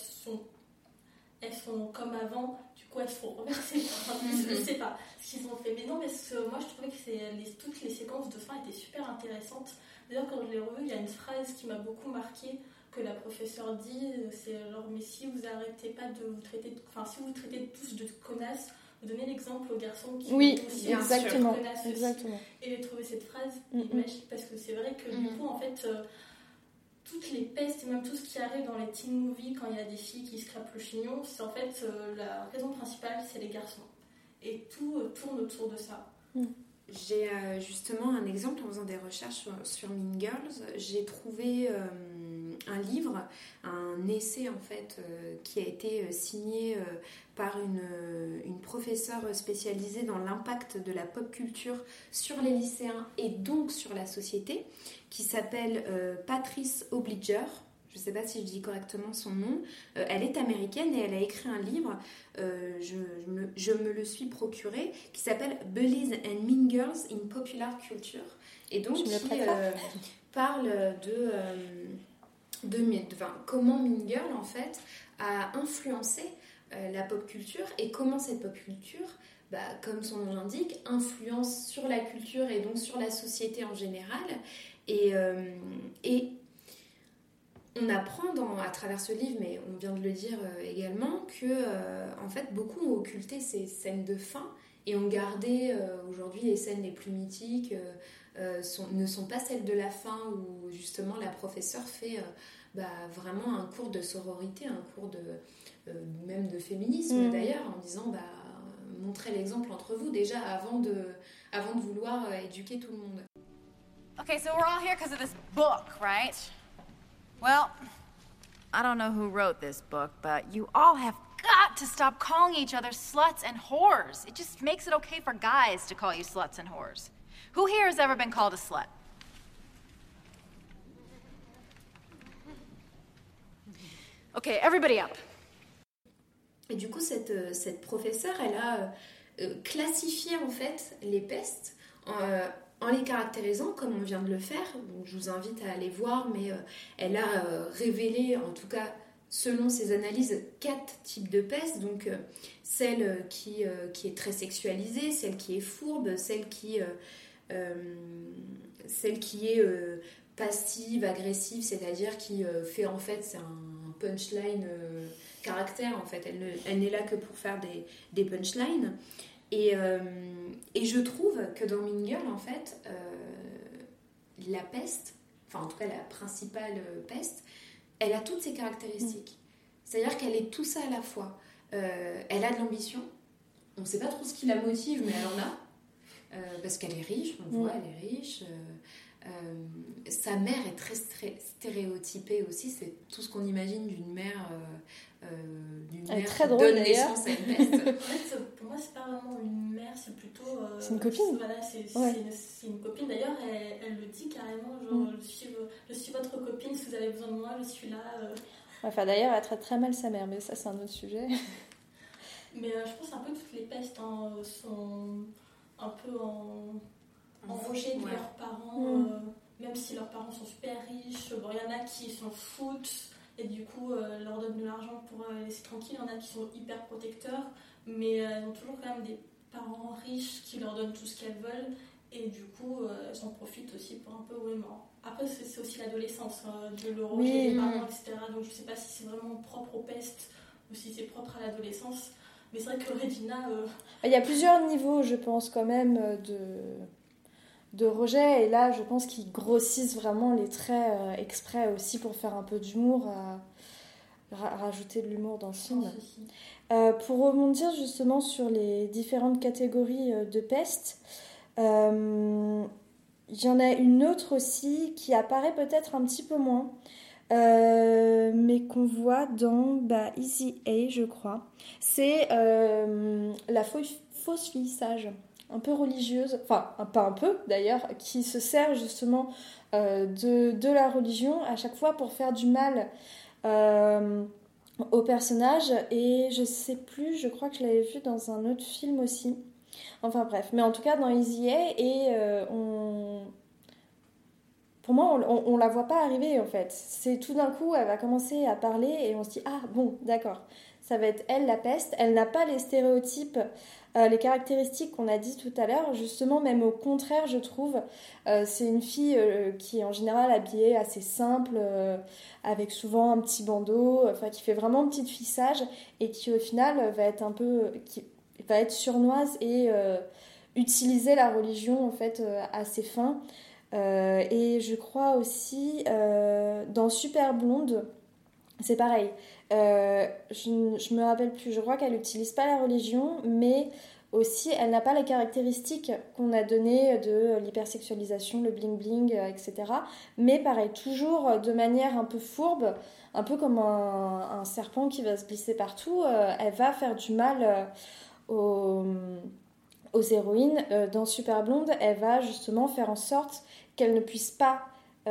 sont comme avant, du coup, elles se font renverser par un bus. Je sais pas ce qu'ils ont fait. Mais non, mais moi, je trouvais que toutes les séquences de fin étaient super intéressantes. D'ailleurs, quand je l'ai revu, il y a une phrase qui m'a beaucoup marquée, que la professeure dit, c'est genre, mais si vous arrêtez pas de vous traiter, si vous traitez tous de connasses, vous donnez l'exemple aux garçons qui sont aussi exactement. connasses aussi. Et j'ai trouvé cette phrase magique, parce que c'est vrai que du coup, en fait, toutes les pestes et même tout ce qui arrive dans les teen movies quand il y a des filles qui se crapent le chignon, c'est en fait la raison principale, c'est les garçons. Et tout tourne autour de ça. J'ai justement un exemple en faisant des recherches sur Mean Girls. J'ai trouvé un livre, un essai en fait, qui a été signé par une professeure spécialisée dans l'impact de la pop culture sur les lycéens et donc sur la société, qui s'appelle Patrice Obliger. Je ne sais pas si je dis correctement son nom. Elle est américaine et elle a écrit un livre, je me le suis procuré, qui s'appelle Bullies and Mean Girls in Popular Culture. Et donc, qui parle de comment Mean Girl, en fait, a influencé la pop culture et comment cette pop culture, comme son nom l'indique, influence sur la culture et donc sur la société en général. Et on apprend à travers ce livre, mais on vient de le dire également, que en fait, beaucoup ont occulté ces scènes de fin et ont gardé aujourd'hui les scènes les plus mythiques ne sont pas celles de la fin où justement la professeure fait vraiment un cours de sororité, un cours même de féminisme d'ailleurs, en disant montrez l'exemple entre vous déjà avant de vouloir éduquer tout le monde. Okay, so we're all here because of this book, right? Well, I don't know who wrote this book, but you all have got to stop calling each other sluts and whores. It just makes it okay for guys to call you sluts and whores. Who here has ever been called a slut? Okay, everybody up. Et du coup, cette professeure, elle a classifié en fait les pestes en les caractérisant comme on vient de le faire. Donc, je vous invite à aller voir, mais elle a révélé, en tout cas selon ses analyses, 4 types de peste. Donc celle qui est très sexualisée, celle qui est fourbe, celle qui est passive, agressive, c'est-à-dire qui fait en fait, c'est un punchline caractère en fait. Elle n'est là que pour faire des punchlines. Et je trouve que dans Mean Girl, en fait, la peste, enfin en tout cas la principale peste, elle a toutes ses caractéristiques. C'est-à-dire qu'elle est tout ça à la fois. Elle a de l'ambition. On ne sait pas trop ce qui la motive, mais elle en a. Parce qu'elle est riche, on le voit, elle est riche. sa mère est très stéréotypée aussi, c'est tout ce qu'on imagine d'une mère, très qui drôle, donne d'ailleurs. naissance à une peste. En fait, pour moi, c'est pas vraiment une mère, c'est plutôt. C'est une copine. Voilà, c'est une copine. D'ailleurs, elle le dit carrément genre, je suis votre copine, si vous avez besoin de moi, je suis là. Enfin, d'ailleurs, elle traite très mal sa mère, mais ça, c'est un autre sujet. Mais je pense un peu toutes les pestes sont un peu en rejet de leurs parents, même si leurs parents sont super riches. Bon, il y en a qui s'en foutent et du coup leur donnent de l'argent pour les laisser tranquilles. Il y en a qui sont hyper protecteurs, mais elles ont toujours quand même des parents riches qui leur donnent tout ce qu'elles veulent et du coup elles en profitent aussi pour un peu Après, c'est aussi l'adolescence, de le rejet des parents, etc. Donc je sais pas si c'est vraiment propre aux pestes ou si c'est propre à l'adolescence. Mais c'est vrai que Regina... Il y a plusieurs niveaux, je pense, quand même, de rejet. Et là, je pense qu'ils grossissent vraiment les traits exprès aussi pour faire un peu d'humour, rajouter de l'humour dans le film. Pour rebondir justement sur les différentes catégories de peste, il y en a une autre aussi qui apparaît peut-être un petit peu moins. Mais qu'on voit dans Easy A, je crois. C'est la fausse fille sage, un peu religieuse, enfin pas un peu d'ailleurs, qui se sert justement de la religion à chaque fois pour faire du mal au personnage. Et je sais plus, je crois que je l'avais vu dans un autre film aussi. Enfin bref, mais en tout cas dans Easy A, et pour moi, on la voit pas arriver en fait. C'est tout d'un coup, elle va commencer à parler et on se dit ah bon, d'accord, ça va être elle la peste. Elle n'a pas les stéréotypes, les caractéristiques qu'on a dit tout à l'heure. Justement, même au contraire, je trouve, c'est une fille qui est en général habillée assez simple, avec souvent un petit bandeau, enfin qui fait vraiment petite fille sage et qui au final va être qui va être sournoise et utiliser la religion en fait à ses fins. Et je crois aussi dans Super Blonde, c'est pareil. Je me rappelle plus, je crois qu'elle n'utilise pas la religion, mais aussi elle n'a pas les caractéristiques qu'on a données de l'hypersexualisation, le bling bling, etc. Mais pareil, toujours de manière un peu fourbe, un peu comme un serpent qui va se glisser partout. Elle va faire du mal aux héroïnes. Dans Super Blonde, elle va justement faire en sorte qu'elles ne puissent pas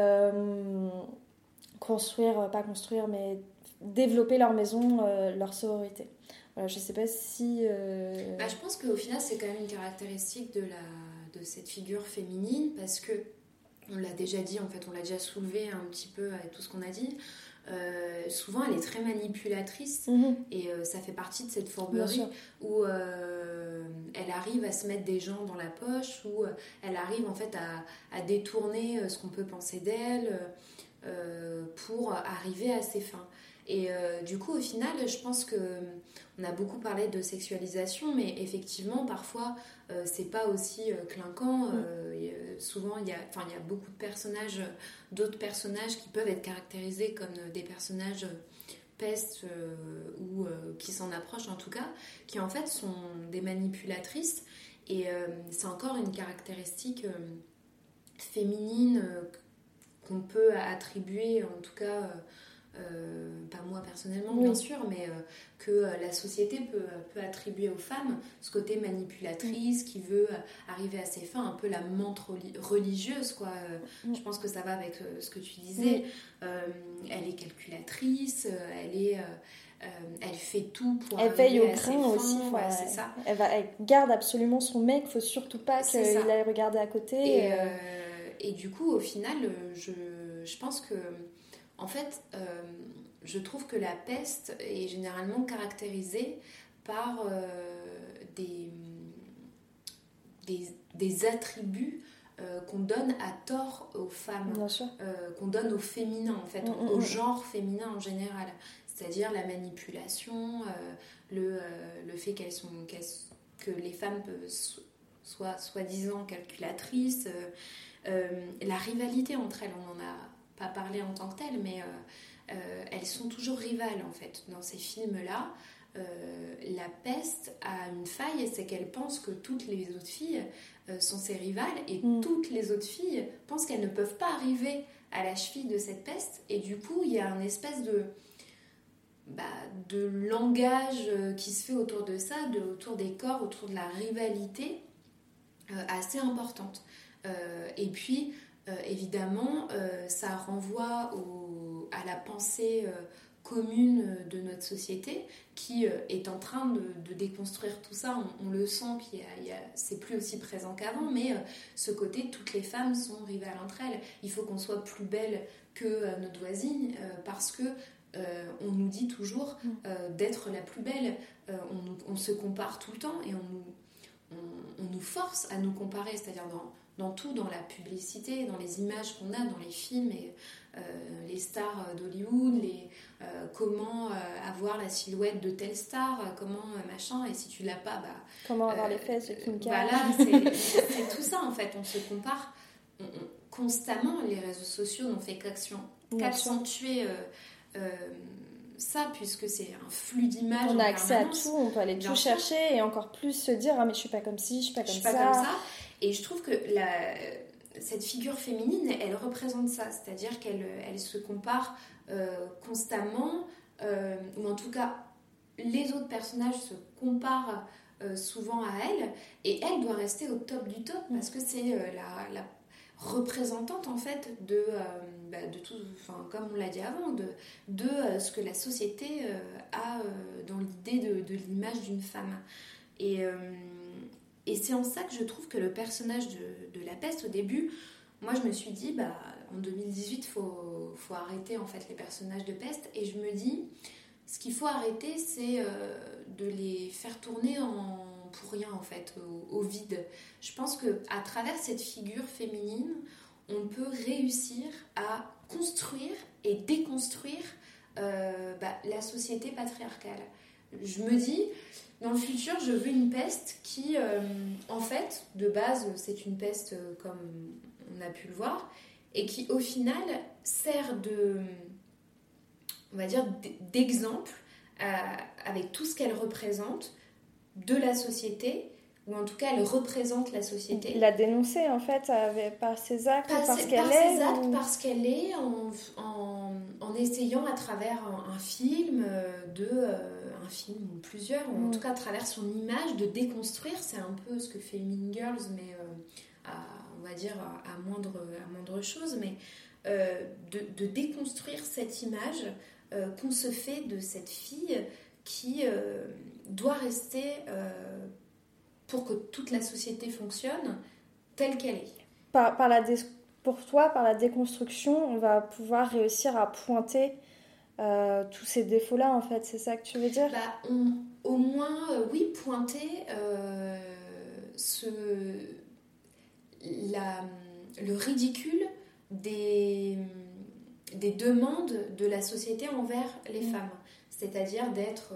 mais développer leur maison, leur sororité. Voilà, je sais pas si... je pense qu'au final, c'est quand même une caractéristique de cette figure féminine, parce que, on l'a déjà dit, en fait, on l'a déjà soulevé un petit peu avec tout ce qu'on a dit, souvent elle est très manipulatrice, et ça fait partie de cette fourberie où elle arrive à se mettre des gens dans la poche, où elle arrive en fait à détourner ce qu'on peut penser d'elle pour arriver à ses fins. Et du coup, au final, je pense qu'on a beaucoup parlé de sexualisation, mais effectivement, parfois, c'est pas aussi clinquant. Souvent, il y a beaucoup de personnages, d'autres personnages qui peuvent être caractérisés comme des personnages pestes ou qui s'en approchent en tout cas, qui en fait sont des manipulatrices. Et c'est encore une caractéristique féminine qu'on peut attribuer, en tout cas... pas moi personnellement bien sûr, mais que la société peut attribuer aux femmes, ce côté manipulatrice qui veut arriver à ses fins, un peu la menthe religieuse quoi. Je pense que ça va avec ce que tu disais. Elle est calculatrice, elle fait tout pour elle arriver veille au à ses grain fins, aussi, c'est ça. Elle garde absolument son mec, faut surtout pas qu'il aille regarder à côté. Et du coup au final je pense que en fait, je trouve que la peste est généralement caractérisée par des attributs qu'on donne à tort aux femmes, qu'on donne au féminin, en fait, au genre féminin en général. C'est-à-dire la manipulation, le fait que les femmes soient soi-disant calculatrices, la rivalité entre elles, on en a pas parler en tant que telle, mais elles sont toujours rivales en fait dans ces films-là. la peste a une faille, c'est qu'elle pense que toutes les autres filles sont ses rivales et toutes les autres filles pensent qu'elles ne peuvent pas arriver à la cheville de cette peste, et du coup il y a une espèce de langage qui se fait autour de ça, autour des corps, autour de la rivalité assez importante. Et puis évidemment ça renvoie à la pensée commune de notre société qui est en train de déconstruire tout ça. On le sent c'est plus aussi présent qu'avant, mais ce côté, toutes les femmes sont rivales entre elles. Il faut qu'on soit plus belle que notre voisine parce que on nous dit toujours d'être la plus belle. On se compare tout le temps et on nous force à nous comparer, c'est-à-dire dans tout, dans la publicité, dans les images qu'on a, dans les films et les stars d'Hollywood, comment avoir la silhouette de telle star, comment machin, et si tu l'as pas, comment avoir les fesses de Kim K. Voilà, c'est tout ça en fait, on se compare constamment. Les réseaux sociaux n'ont fait qu'accentuer ça, puisque c'est un flux d'images. On a accès à tout, on peut aller tout chercher et encore plus se dire mais je suis pas comme ci, je suis pas comme ça. Et je trouve que cette figure féminine, elle représente ça, c'est-à-dire qu'elle se compare constamment, ou en tout cas les autres personnages se comparent souvent à elle, et elle doit rester au top du top parce que c'est la représentante en fait de tout, enfin, comme on l'a dit avant, de ce que la société a dans l'idée de l'image d'une femme. Et c'est en ça que je trouve que le personnage de la peste, au début, moi je me suis dit, en 2018, faut arrêter en fait les personnages de peste, et je me dis, ce qu'il faut arrêter, c'est de les faire tourner pour rien en fait, au vide. Je pense qu'à travers cette figure féminine, on peut réussir à construire et déconstruire la société patriarcale. Je me dis, dans le futur, je veux une peste qui, en fait, de base, c'est une peste comme on a pu le voir, et qui, au final, sert on va dire, d'exemple avec tout ce qu'elle représente de la société, ou en tout cas, elle représente la société. La dénoncer, en fait, par ses actes, parce qu'elle est, en essayant à travers un film, un film ou plusieurs, ou en tout cas à travers son image, de déconstruire. C'est un peu ce que fait Mean Girls, mais on va dire à moindre chose, mais de déconstruire cette image qu'on se fait de cette fille qui doit rester, pour que toute la société fonctionne, telle qu'elle est. Pour toi, par la déconstruction, on va pouvoir réussir à pointer tous ces défauts-là, en fait. C'est ça que tu veux dire ? Au moins, oui, pointer le ridicule des demandes de la société envers les femmes. C'est-à-dire d'être...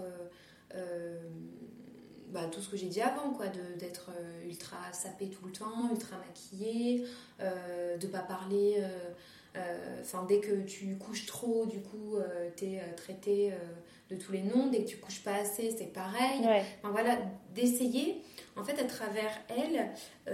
tout ce que j'ai dit avant, quoi, d'être ultra sapée tout le temps, ultra maquillée, de pas parler... dès que tu couches trop, du coup, t'es traitée de tous les noms. Dès que tu couches pas assez, c'est pareil. Ouais. Enfin, voilà, d'essayer, en fait, à travers elle,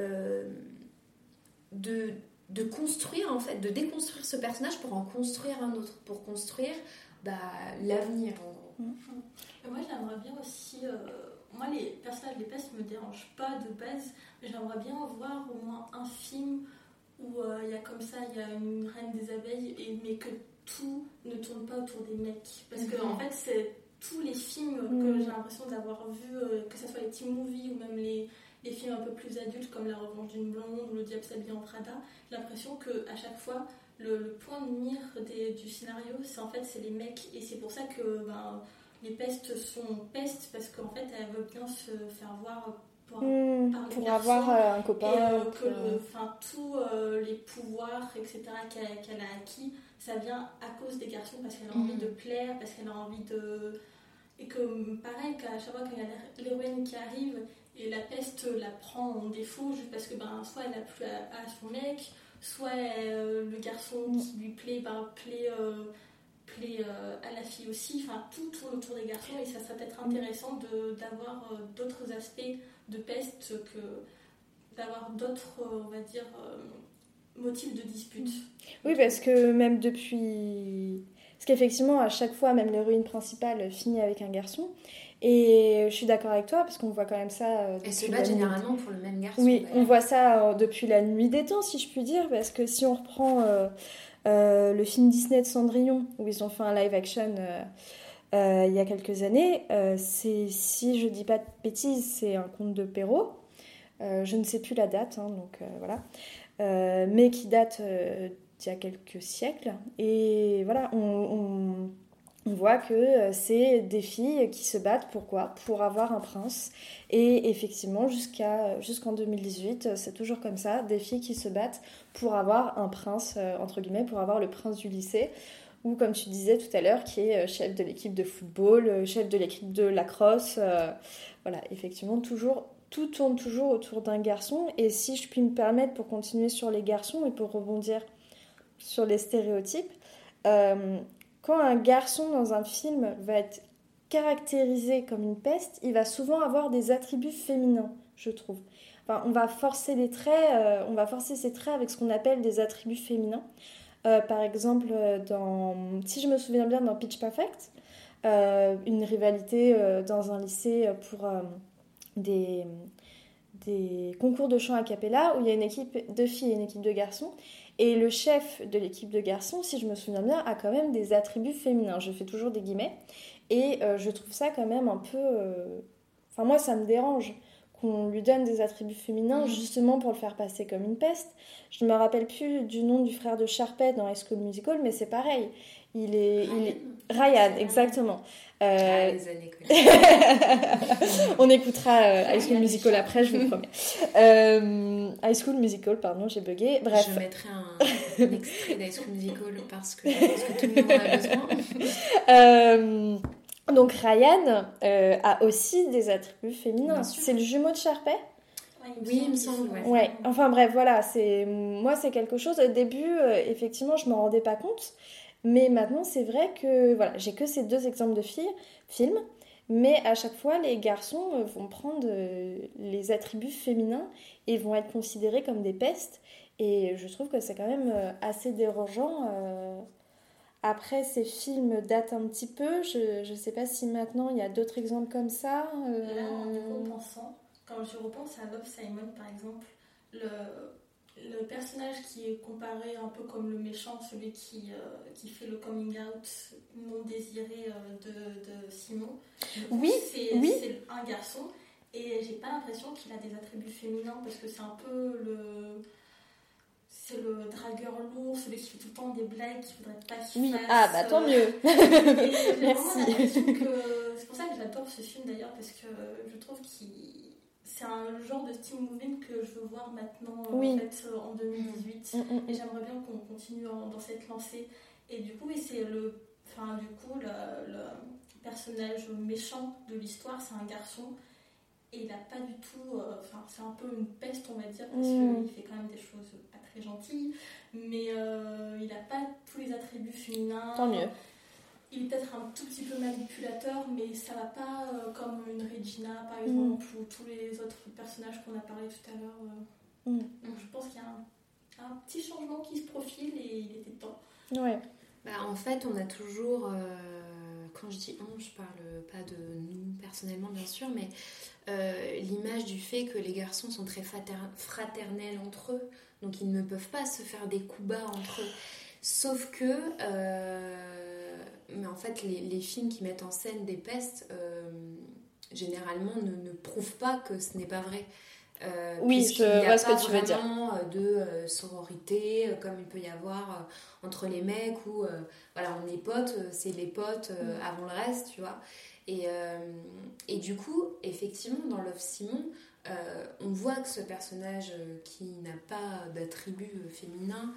de construire, en fait, de déconstruire ce personnage pour en construire un autre, pour construire l'avenir, en gros. Moi, j'aimerais bien aussi... moi, les personnages des pestes me dérangent pas de base, mais j'aimerais bien voir au moins un film où il y a comme ça, il y a une reine des abeilles, mais que tout ne tourne pas autour des mecs. Parce que en fait, c'est tous les films que j'ai l'impression d'avoir vus, que ce soit les teen movies ou même les films un peu plus adultes comme La Revanche d'une blonde ou Le Diable s'habille en Prada, j'ai l'impression qu'à chaque fois, le point de mire du scénario, c'est les mecs. Et c'est pour ça que les pestes sont pestes, parce qu'en fait, elles veulent bien se faire voir par les pour garçons, avoir un copain. Et tous les pouvoirs, etc., qu'elle a acquis, ça vient à cause des garçons, parce qu'elle a envie de plaire, parce qu'elle a envie de... Et que pareil, qu'à chaque fois qu'il y a l'héroïne qui arrive, et la peste la prend en défaut, juste parce que soit elle n'a plus à son mec, soit le garçon qui lui plaît plaît à la fille aussi. Enfin, tout tourne autour des garçons et ça serait peut-être intéressant d'avoir d'autres aspects de peste d'avoir d'autres, on va dire, motifs de dispute. Oui, parce que même depuis... Parce qu'effectivement, à chaque fois, même l'héroïne principale finit avec un garçon. Et je suis d'accord avec toi, parce qu'on voit quand même ça... Elle se bat généralement pour le même garçon. Oui, d'ailleurs. on voit ça depuis la nuit des temps, si je puis dire, parce que si on reprend le film Disney de Cendrillon, où ils ont fait un live action il y a quelques années, si je dis pas de bêtises, c'est un conte de Perrault. Je ne sais plus la date, hein, donc voilà. Mais qui date d'il y a quelques siècles. Et voilà, on voit que c'est des filles qui se battent. Pourquoi ? Pour avoir un prince. Et effectivement, jusqu'en 2018, c'est toujours comme ça. Des filles qui se battent pour avoir un prince, entre guillemets, pour avoir le prince du lycée. Ou comme tu disais tout à l'heure, qui est chef de l'équipe de football, chef de l'équipe de lacrosse. Voilà, effectivement, tout tourne toujours autour d'un garçon. Et si je puis me permettre, pour continuer sur les garçons et pour rebondir sur les stéréotypes, quand un garçon dans un film va être caractérisé comme une peste, il va souvent avoir des attributs féminins, je trouve. Enfin, on va forcer ses traits avec ce qu'on appelle des attributs féminins. Par exemple, si je me souviens bien, dans Pitch Perfect, une rivalité dans un lycée pour des concours de chant a cappella où il y a une équipe de filles et une équipe de garçons. Et le chef de l'équipe de garçons, si je me souviens bien, a quand même des attributs féminins. Je fais toujours des guillemets. Et je trouve ça quand même un peu... Enfin, moi, ça me dérange qu'on lui donne des attributs féminins justement pour le faire passer comme une peste. Je ne me rappelle plus du nom du frère de Sharpay dans High School Musical, mais c'est pareil. Ryan, exactement. Les années On écoutera High School Musical après, je vous promets. High School Musical, pardon, j'ai bugué. Bref. Je mettrai un extrait d'High School Musical parce que je pense que tout le monde en a besoin. Donc Ryan a aussi des attributs féminins. C'est le jumeau de Sharpay ? Oui, il me semble. Ouais. Enfin bref, voilà. Moi, c'est quelque chose. Au début, effectivement, je ne m'en rendais pas compte. Mais maintenant, c'est vrai que voilà, j'ai que ces 2 exemples de films. Mais à chaque fois, les garçons vont prendre les attributs féminins et vont être considérés comme des pestes. Et je trouve que c'est quand même assez dérangeant. Après, ces films datent un petit peu. Je ne sais pas si maintenant, il y a d'autres exemples comme ça. Là, en repensant, quand je repense à Love, Simon, par exemple, le personnage qui est comparé un peu comme le méchant, celui qui fait le coming out non désiré de Simon. Oui, c'est un garçon et j'ai pas l'impression qu'il a des attributs féminins parce que c'est un peu c'est le dragueur lourd, celui qui fait tout le temps des blagues qu'il faudrait pas qu'il fasse. Tant mieux. Merci. C'est pour ça que j'adore ce film d'ailleurs parce que je trouve c'est un genre de teen movie que je veux voir maintenant en 2018 et j'aimerais bien qu'on continue dans cette lancée et du coup c'est le personnage méchant de l'histoire, c'est un garçon et il n'a pas du tout c'est un peu une peste on va dire parce qu'il fait quand même des choses pas très gentilles mais il n'a pas tous les attributs féminins. Tant mieux. Il est peut-être un tout petit peu manipulateur, mais ça va pas comme une Regina, par exemple, ou tous les autres personnages qu'on a parlé tout à l'heure. Donc je pense qu'il y a un petit changement qui se profile et il était temps. Ouais. En fait, on a toujours... quand je dis on, je parle pas de nous personnellement, bien sûr, mais l'image du fait que les garçons sont très fraternels entre eux, donc ils ne peuvent pas se faire des coups bas entre eux. Sauf que... mais en fait, les films qui mettent en scène des pestes, généralement, ne prouvent pas que ce n'est pas vrai. Oui, je vois ce que tu veux dire. Il n'y a pas vraiment de sororité, comme il peut y avoir entre les mecs, où on est potes, c'est les potes avant le reste, tu vois. Et du coup, effectivement, dans Love, Simon, on voit que ce personnage qui n'a pas d'attributs féminins,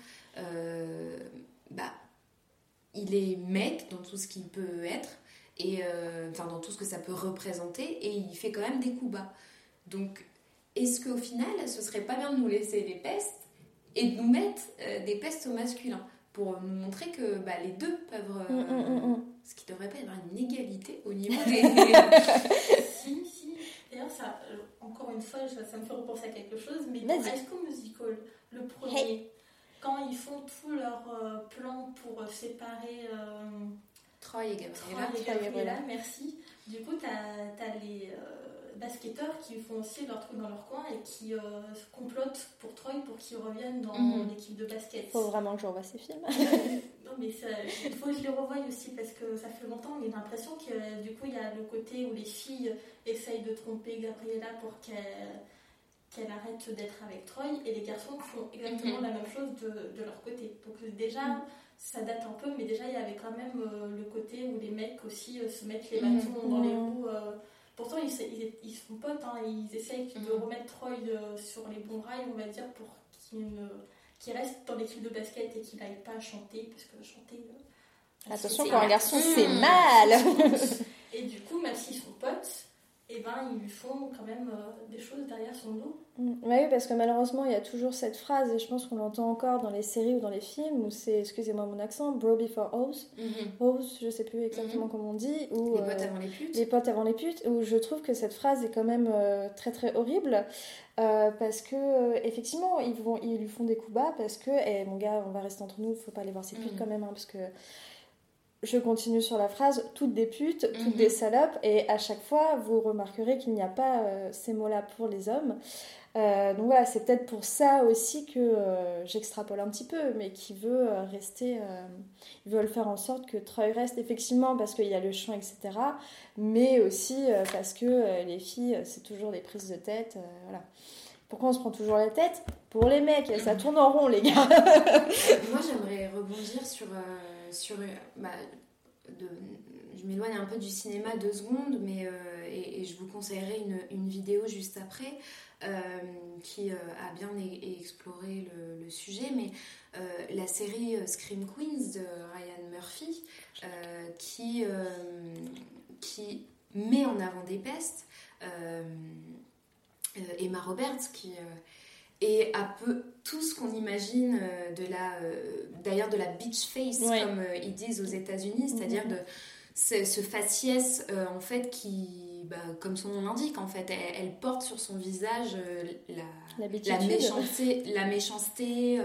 il est mec dans tout ce qu'il peut être et dans tout ce que ça peut représenter et il fait quand même des coups bas. Donc est-ce qu'au final ce serait pas bien de nous laisser des pestes et de nous mettre des pestes au masculin pour nous montrer que les deux peuvent... Ce qui devrait pas y avoir une égalité au niveau des... Si. D'ailleurs, ça, encore une fois, ça me fait repenser à quelque chose, mais dans High School Musical, le premier, quand ils font tout leur plan pour séparer Troy et Gabriella, merci. Du coup, t'as les basketteurs qui font aussi leur truc dans leur coin et qui complotent pour Troy pour qu'il revienne dans l'équipe de basket. Faut vraiment que je revoie ces films. Non, mais il faut que je les revoie aussi parce que ça fait longtemps. J'ai l'impression que du coup, il y a le côté où les filles essayent de tromper Gabriella pour qu'elle arrête d'être avec Troy et les garçons font exactement la même chose de leur côté. Donc déjà, ça date un peu, mais déjà, il y avait quand même le côté où les mecs aussi se mettent les bâtons dans les roues. Pourtant, ils sont potes, hein, ils essayent de remettre Troy sur les bons rails, on va dire, pour qu'il reste dans l'équipe de basket et qu'il n'aille pas chanter, parce que chanter... Attention, pour un garçon, c'est mal. Et du coup, même s'ils sont potes, ils lui font quand même des choses derrière son dos. Oui, parce que malheureusement, il y a toujours cette phrase, et je pense qu'on l'entend encore dans les séries ou dans les films, où c'est, excusez-moi mon accent, bro before hoes. Hoes, je sais plus exactement comment on dit. Ou, les potes avant les putes. Les potes avant les putes, où je trouve que cette phrase est quand même très très horrible, parce que effectivement, ils lui font des coups bas, parce que, mon gars, on va rester entre nous, faut pas aller voir ces putes quand même, hein, parce que... Je continue sur la phrase, toutes des putes, toutes des salopes, et à chaque fois, vous remarquerez qu'il n'y a pas ces mots-là pour les hommes. Donc voilà, c'est peut-être pour ça aussi que j'extrapole un petit peu, mais qui veut rester... ils veulent faire en sorte que Troy reste, effectivement, parce qu'il y a le chant, etc., mais aussi parce que les filles, c'est toujours des prises de tête, voilà. Pourquoi on se prend toujours la tête ? Pour les mecs, ça tourne en rond, les gars. Moi, j'aimerais rebondir sur je m'éloigne un peu du cinéma 2 secondes, mais et je vous conseillerai une vidéo juste après qui a bien exploré le sujet, mais la série Scream Queens de Ryan Murphy qui met en avant des pestes, Emma Roberts qui et un peu tout ce qu'on imagine d'ailleurs de la bitch face, comme ils disent aux États-Unis, c'est-à-dire de ce faciès en fait qui, comme son nom l'indique, en fait, elle porte sur son visage la méchanceté,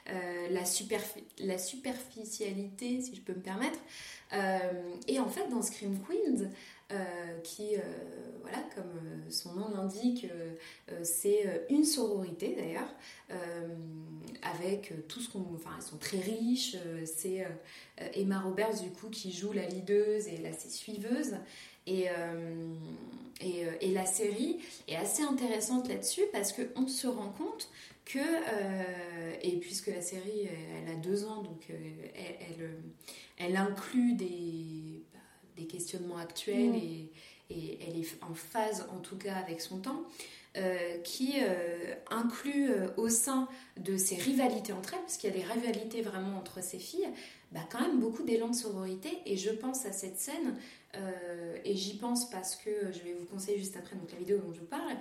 la superficialité, si je peux me permettre. Et en fait, dans Scream Queens, qui, comme son nom l'indique, c'est une sororité d'ailleurs, avec tout ce qu'on... Enfin, elles sont très riches, c'est Emma Roberts du coup qui joue la leaduse et là c'est suiveuse. Et la série est assez intéressante là-dessus parce qu'on se rend compte que, et puisque la série elle a 2 ans, donc elle inclut des questionnements actuels et elle est en phase en tout cas avec son temps, qui inclut au sein de ces rivalités entre elles, parce qu'il y a des rivalités vraiment entre ces filles, quand même beaucoup d'élan de sororité. Et je pense à cette scène, et j'y pense parce que je vais vous conseiller juste après donc la vidéo dont je vous parle,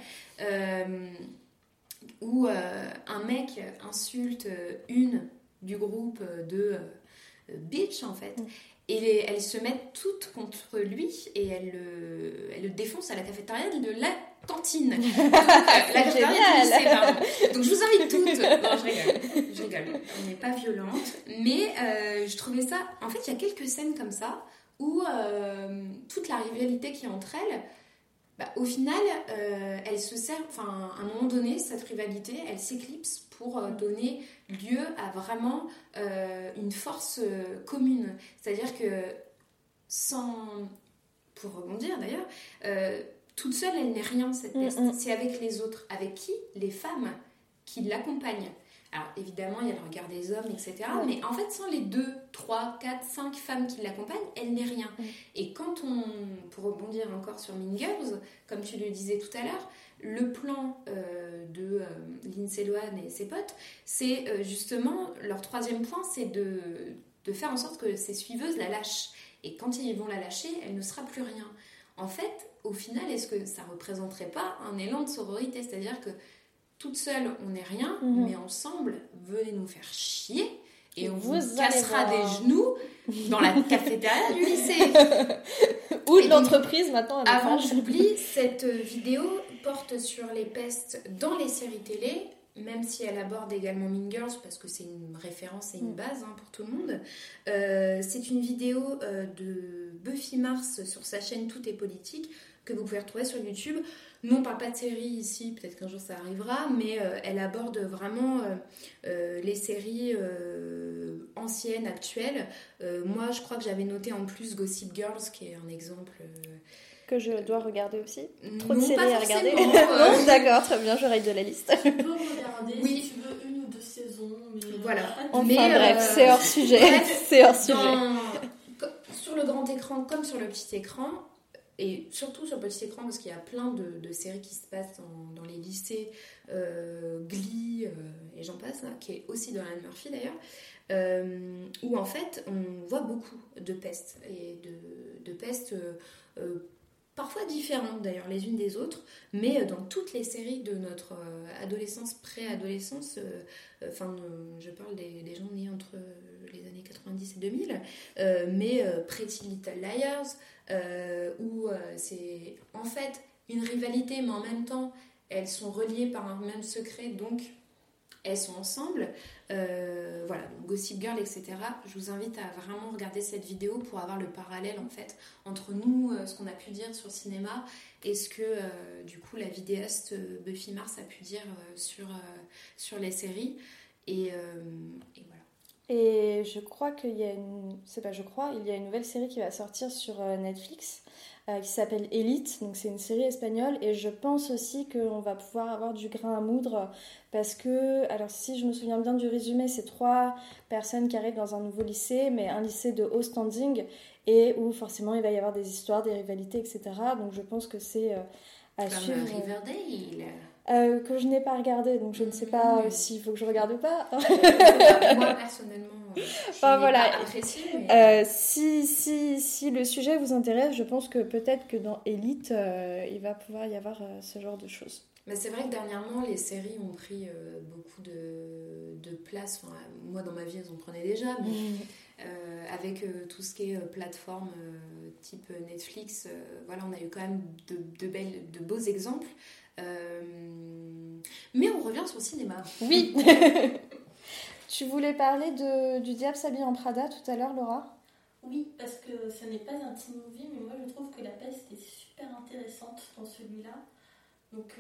où un mec insulte une du groupe de bitch en fait. Et elles se mettent toutes contre lui et elles le défoncent à la cafétéria de la cantine. Donc, la cafétéria du lycée, pardon. Donc je vous invite toutes. Non, je rigole. On n'est pas violente. Mais je trouvais ça... En fait, il y a quelques scènes comme ça où toute la rivalité qui est entre elles, au final, elle se sert... Enfin, à un moment donné, cette rivalité, elle s'éclipse pour donner lieu à vraiment une force commune. C'est-à-dire que pour rebondir d'ailleurs, toute seule, elle n'est rien, cette peste. C'est avec les autres. Avec qui ? Les femmes qui l'accompagnent. Alors évidemment, il y a le regard des hommes, etc. Mais en fait, sans les 2, 3, 4, 5 femmes qui l'accompagnent, elle n'est rien. Et quand pour rebondir encore sur Mean Girls, comme tu le disais tout à l'heure, le plan de Lindsay Lohan et ses potes, c'est justement, leur 3e point, c'est de faire en sorte que ces suiveuses la lâchent. Et quand ils vont la lâcher, elle ne sera plus rien. En fait, au final, est-ce que ça ne représenterait pas un élan de sororité ? C'est-à-dire que toute seule, on n'est rien, mais ensemble, venez nous faire chier Et on Vous vous allez cassera voir. des genoux dans la cafétéria du lycée. Ou Et de donc, l'entreprise maintenant. à notre Avant âge. que j'oublie, cette vidéo porte sur les pestes dans les séries télé, même si elle aborde également Mean Girls, parce que c'est une référence et une base pour tout le monde. C'est une vidéo de Buffy Mars sur sa chaîne Tout est politique, que vous pouvez retrouver sur YouTube. Nous, on parle pas de série ici, peut-être qu'un jour ça arrivera, mais elle aborde vraiment les séries anciennes, actuelles. Moi, je crois que j'avais noté en plus Gossip Girls, qui est un exemple... Que je dois regarder aussi. Trop de non, séries pas à regarder. forcément, Non, d'accord, très bien, je raye de la liste. Tu peux regarder Oui. si tu veux une ou deux saisons, mais Voilà. pas de- Enfin Mais, bref, c'est hors sujet. bref, C'est hors sujet. Sur le grand écran comme sur le petit écran, et surtout sur le petit écran, parce qu'il y a plein de séries qui se passent dans les lycées, Glee et j'en passe, là, qui est aussi de Ryan Murphy d'ailleurs, où en fait on voit beaucoup de pestes, et de pestes parfois différentes d'ailleurs les unes des autres, mais dans toutes les séries de notre adolescence, pré-adolescence, je parle des gens nés entre les années 90 et 2000, mais Pretty Little Liars, où c'est en fait une rivalité, mais en même temps elles sont reliées par un même secret, donc elles sont ensemble. Voilà, donc Gossip Girl, etc. Je vous invite à vraiment regarder cette vidéo pour avoir le parallèle en fait entre nous, ce qu'on a pu dire sur le cinéma, et ce que du coup la vidéaste Buffy Mars a pu dire sur les séries. Et voilà. Et je crois qu'il y a une... C'est pas je crois, il y a une nouvelle série qui va sortir sur Netflix qui s'appelle Elite. Donc c'est une série espagnole et je pense aussi qu'on va pouvoir avoir du grain à moudre parce que, alors si je me souviens bien du résumé, c'est 3 personnes qui arrivent dans un nouveau lycée, mais un lycée de haut standing et où forcément il va y avoir des histoires, des rivalités, etc. Donc je pense que c'est à Comme suivre. Riverdale. Que je n'ai pas regardé, donc je ne sais pas s'il faut que je regarde ou pas. Moi personnellement, je Enfin, n'ai voilà. pas apprécié. Mais... Si le sujet vous intéresse, je pense que peut-être que dans Elite, il va pouvoir y avoir ce genre de choses. Mais c'est vrai que dernièrement, les séries ont pris beaucoup de place. Enfin, moi, dans ma vie, elles en prenaient déjà. Mais, avec tout ce qui est plateforme type Netflix, voilà, on a eu quand même de beaux exemples. Mais on revient sur le cinéma. Oui. Tu voulais parler du Diable s'habille en Prada tout à l'heure, Laura ? Oui, parce que ce n'est pas un teen movie, mais moi je trouve que la peste est super intéressante dans celui-là. Donc,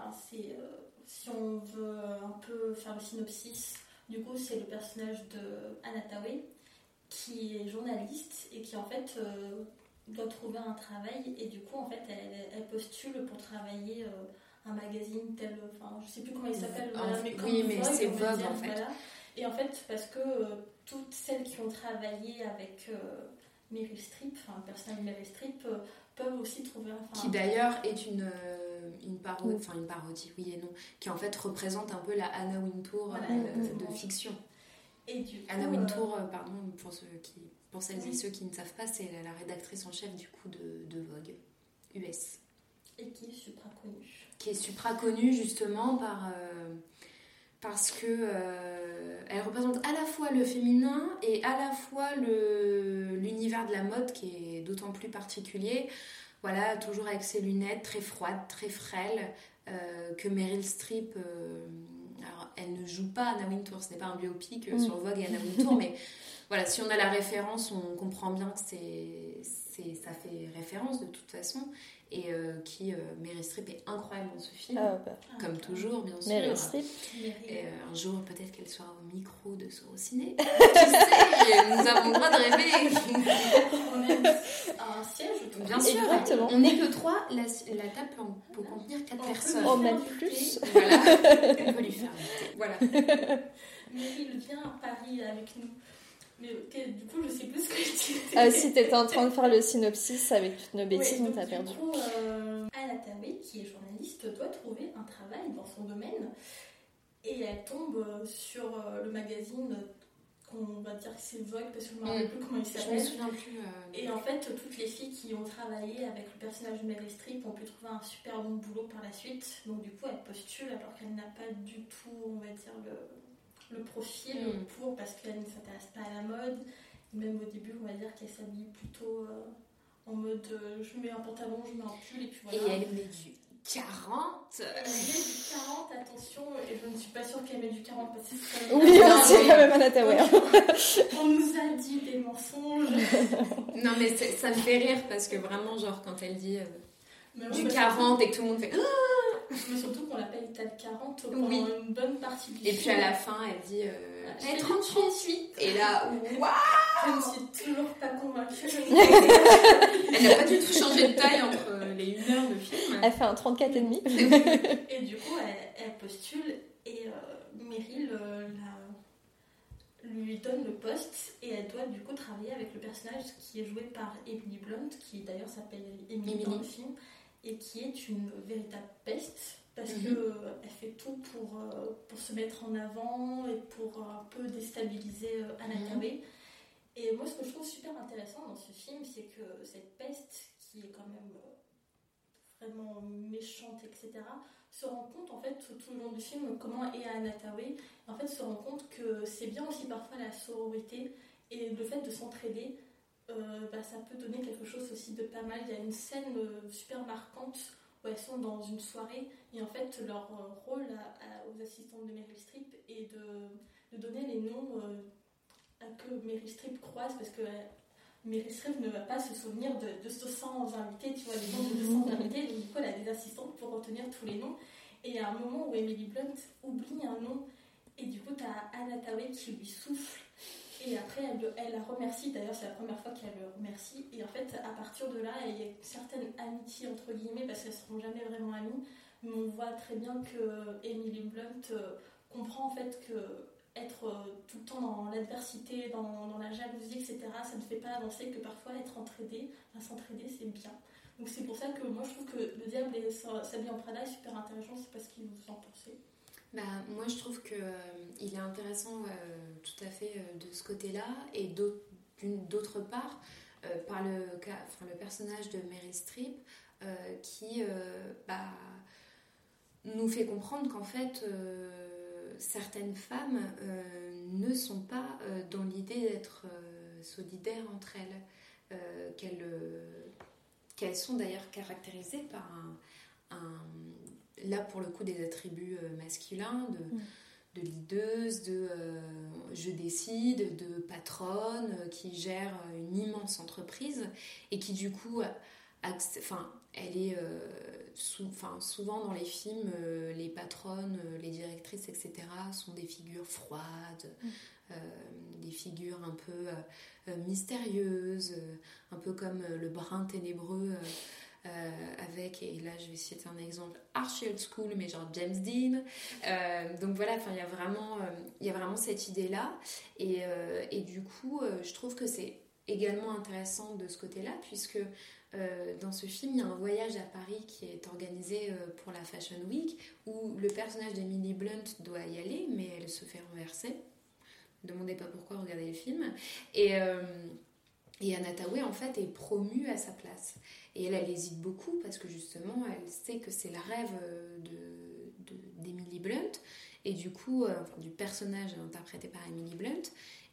si on veut un peu faire le synopsis, du coup, c'est le personnage de Anna Tawai qui est journaliste et qui en fait doit trouver un travail. Et du coup, en fait, elle postule pour travailler un magazine tel, je sais plus comment il s'appelle. Oui, mais c'est Vogue en fait. Voilà. Et en fait, parce que toutes celles qui ont travaillé avec Meryl Streep, le personnage de Meryl Streep, peuvent aussi trouver... qui d'ailleurs est une parodie, oui et non, qui en fait représente un peu la Anna Wintour de fiction. Et du coup, Anna Wintour, pardon, pour celles et ceux qui ne savent pas, c'est la rédactrice en chef du coup de Vogue US. Et qui est supra connue. Qui est supra connue justement parce que elle représente à la fois le féminin et à la fois l'univers de la mode qui est d'autant plus particulier. Voilà, toujours avec ses lunettes très froides, très frêles, que Meryl Streep... alors, elle ne joue pas Anna Wintour, ce n'est pas un biopic sur Vogue et Anna Wintour, mais voilà, si on a la référence, on comprend bien que ça fait référence de toute façon. Et Meryl Streep est incroyable dans ce film, comme toujours, bien sûr. Meryl Streep. Et un jour, peut-être qu'elle sera au micro de Sorociné. Tu sais, nous avons le droit de rêver. On a un siège, bien sûr. Exactement. On n'est que 3, la table peut contenir 4 personnes. Oh, même plus. Voilà, on peut lui faire inviter. Voilà. Meryl vient à Paris avec nous. Mais du coup, je sais plus ce que je disais. Si t'étais en train de faire le synopsis avec toutes nos bêtises, on t'a perdu. Du coup, Anna Tawai, qui est journaliste, doit trouver un travail dans son domaine. Et elle tombe sur le magazine qu'on va dire que c'est Vogue, parce que je ne me rappelle plus comment il s'appelle. Je me souviens plus. Et en fait, toutes les filles qui ont travaillé avec le personnage de Meryl Streep ont pu trouver un super bon boulot par la suite. Donc du coup, elle postule alors qu'elle n'a pas du tout, on va dire, le profil parce qu'elle ne s'intéresse pas à la mode. Même au début, on va dire qu'elle s'habille plutôt en mode je mets un pantalon, je mets un pull et puis voilà. Et elle met du 40. Elle met du 40, attention, et je ne suis pas sûre qu'elle met du 40 parce que Oui, c'est quand même un Hathaway. On nous a dit des mensonges. Non, mais ça me fait rire parce que vraiment, genre, quand elle dit du 40 et que tout le monde fait. Mais surtout qu'on l'appelle Tal 40 pendant une bonne partie du film. Et puis à la fin, elle dit 38. Et là, waouh! Je ne suis toujours pas convaincue. Elle n'a pas du tout changé de taille entre les 1 heure de film. Elle fait un 34,5. Et du coup, elle postule et Meryl lui donne le poste et elle doit du coup travailler avec le personnage qui est joué par Emily Blunt, qui d'ailleurs s'appelle Emily dans le film, et qui est une véritable peste parce qu'elle fait tout pour se mettre en avant et pour un peu déstabiliser Anna Thaoué. Et moi, ce que je trouve super intéressant dans ce film, c'est que cette peste, qui est quand même vraiment méchante, etc., se rend compte, en fait, tout le long du film, comment est Anna Thaoué. En fait, se rend compte que c'est bien aussi parfois la sororité et le fait de s'entraider, ça peut donner quelque chose aussi de pas mal. Il y a une scène super marquante où elles sont dans une soirée et en fait, leur rôle aux assistantes de Meryl Streep est de donner les noms que Meryl Streep croise parce que Meryl Streep ne va pas se souvenir de 200 invités, tu vois, les noms de 200 invités, donc du coup elle a des assistantes pour retenir tous les noms. Et il y a un moment où Emily Blunt oublie un nom et du coup t'as Anna Thaoué qui lui souffle et après elle la remercie, d'ailleurs c'est la première fois qu'elle le remercie et en fait à partir de là il y a une certaine amitié entre guillemets parce qu'elles ne seront jamais vraiment amies, mais on voit très bien que Emily Blunt comprend en fait que être tout le temps dans l'adversité, dans la jalousie, etc., ça ne fait pas avancer, que parfois s'entraider, c'est bien. Donc c'est pour ça que moi je trouve que Le Diable s'habille en Prada est super intéressant, c'est parce que vous en pensez. Moi je trouve qu'il est intéressant tout à fait de ce côté-là, et d'autre part, par le personnage de Meryl Streep qui nous fait comprendre qu'en fait certaines femmes ne sont pas dans l'idée d'être solidaires entre elles, qu'elles sont d'ailleurs caractérisées par là pour le coup des attributs masculins de leaduse, de je décide, de patronne qui gère une immense entreprise et qui du coup elle est souvent dans les films, les patronnes, les directrices, etc. sont des figures froides, des figures un peu mystérieuses, un peu comme le brin ténébreux avec, et là je vais citer un exemple archi old school, mais genre James Dean. Donc voilà, il y a vraiment cette idée-là. Et du coup, je trouve que c'est également intéressant de ce côté-là, puisque dans ce film, il y a un voyage à Paris qui est organisé pour la Fashion Week, où le personnage d'Emily Blunt doit y aller, mais elle se fait renverser. Ne demandez pas pourquoi, regardez le film. Et Anna Thaoué, en fait, est promue à sa place. Et elle hésite beaucoup, parce que justement, elle sait que c'est le rêve d'Emily Blunt, et du coup, du personnage interprété par Emily Blunt.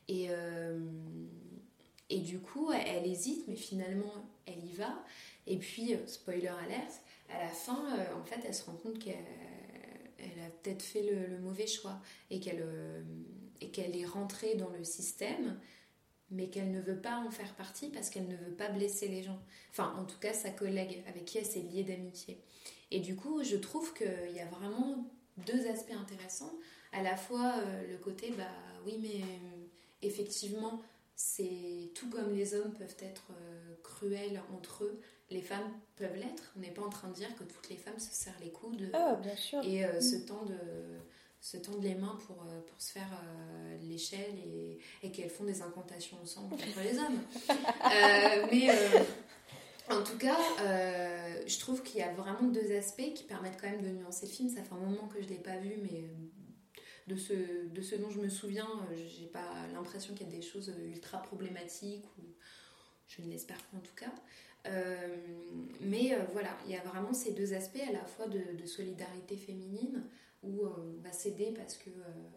Et du coup, elle hésite, mais finalement, elle y va. Et puis, spoiler alert, à la fin, en fait, elle se rend compte qu'elle a peut-être fait le mauvais choix et qu'elle est rentrée dans le système, mais qu'elle ne veut pas en faire partie parce qu'elle ne veut pas blesser les gens. Enfin, en tout cas, sa collègue avec qui elle s'est liée d'amitié. Et du coup, je trouve qu'il y a vraiment deux aspects intéressants. À la fois, le côté, oui, mais effectivement, c'est tout comme les hommes peuvent être cruels entre eux, les femmes peuvent l'être. On n'est pas en train de dire que toutes les femmes se serrent les coudes bien sûr. Et se tendent les mains pour se faire l'échelle et qu'elles font des incantations ensemble contre les hommes. Mais en tout cas, je trouve qu'il y a vraiment deux aspects qui permettent quand même de nuancer le film. Ça fait un moment que je ne l'ai pas vu, mais de ce dont je me souviens, j'ai pas l'impression qu'il y a des choses ultra problématiques, ou je ne l'espère pas en tout cas. Mais voilà, il y a vraiment ces deux aspects, à la fois de solidarité féminine, où on va s'aider parce que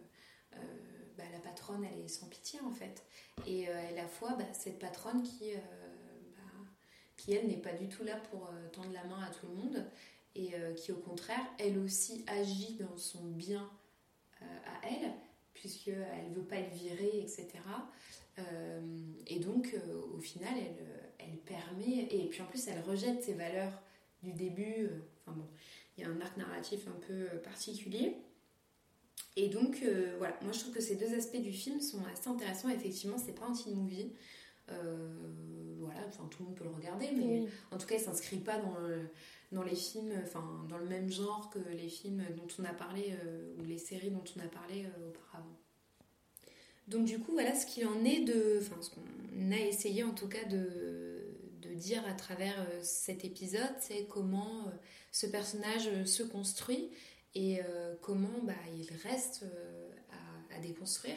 la patronne, elle est sans pitié en fait. Et à la fois, cette patronne qui elle, n'est pas du tout là pour tendre la main à tout le monde et qui, au contraire, elle aussi agit dans son bien à elle, puisqu'elle ne veut pas être virée, etc. Et donc, au final, elle permet... Et puis en plus, elle rejette ses valeurs du début. Il y a un arc narratif un peu particulier. Et donc, voilà, moi je trouve que ces deux aspects du film sont assez intéressants. Effectivement, c'est pas un teen movie. Tout le monde peut le regarder, mais en tout cas, il s'inscrit pas dans les films, dans le même genre que les films dont on a parlé, ou les séries dont on a parlé auparavant. Donc du coup, voilà ce qu'il en est ce qu'on a essayé en tout cas de dire à travers cet épisode, c'est comment ce personnage se construit et comment il reste à déconstruire.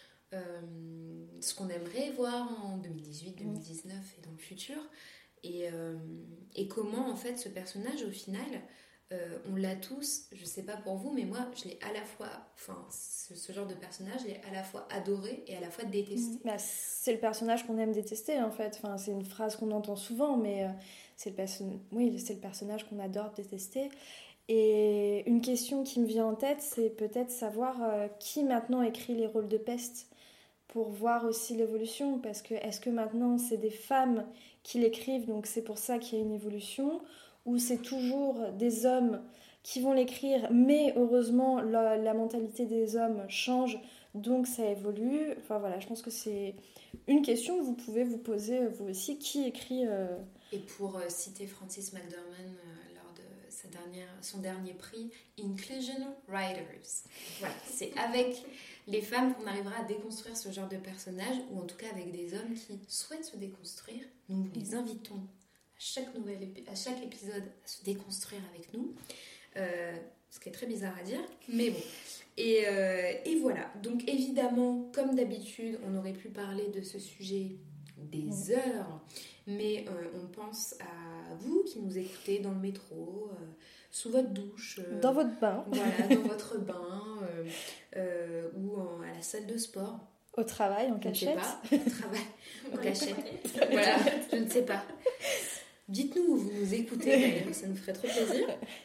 Ce qu'on aimerait voir en 2018, 2019 et dans le futur, et comment en fait ce personnage au final on l'a tous, je sais pas pour vous, mais moi je l'ai à la fois, ce genre de personnage, je l'ai à la fois adoré et à la fois détesté. C'est le personnage qu'on aime détester en fait, c'est une phrase qu'on entend souvent, mais c'est le personnage qu'on adore détester. Et une question qui me vient en tête, c'est peut-être savoir qui maintenant écrit les rôles de peste, pour voir aussi l'évolution, parce que est-ce que maintenant c'est des femmes qui l'écrivent, donc c'est pour ça qu'il y a une évolution, ou c'est toujours des hommes qui vont l'écrire, mais heureusement la mentalité des hommes change, donc ça évolue. Je pense que c'est une question que vous pouvez vous poser vous aussi, qui écrit Et pour citer Frances McDormand lors de son dernier prix, Inclusion Writers. Voilà, c'est avec les femmes qu'on arrivera à déconstruire ce genre de personnages, ou en tout cas avec des hommes qui souhaitent se déconstruire. Nous les invitons à chaque épisode à se déconstruire avec nous, ce qui est très bizarre à dire, mais bon. Et voilà, donc évidemment, comme d'habitude, on aurait pu parler de ce sujet des heures, mais on pense à vous qui nous écoutez dans le métro, sous votre douche, dans votre bain, voilà, dans votre bain, ou à la salle de sport, au travail en cachette, au travail en cachette, voilà, je ne sais pas. Dites-nous où vous nous écoutez, d'ailleurs, ça nous ferait trop plaisir.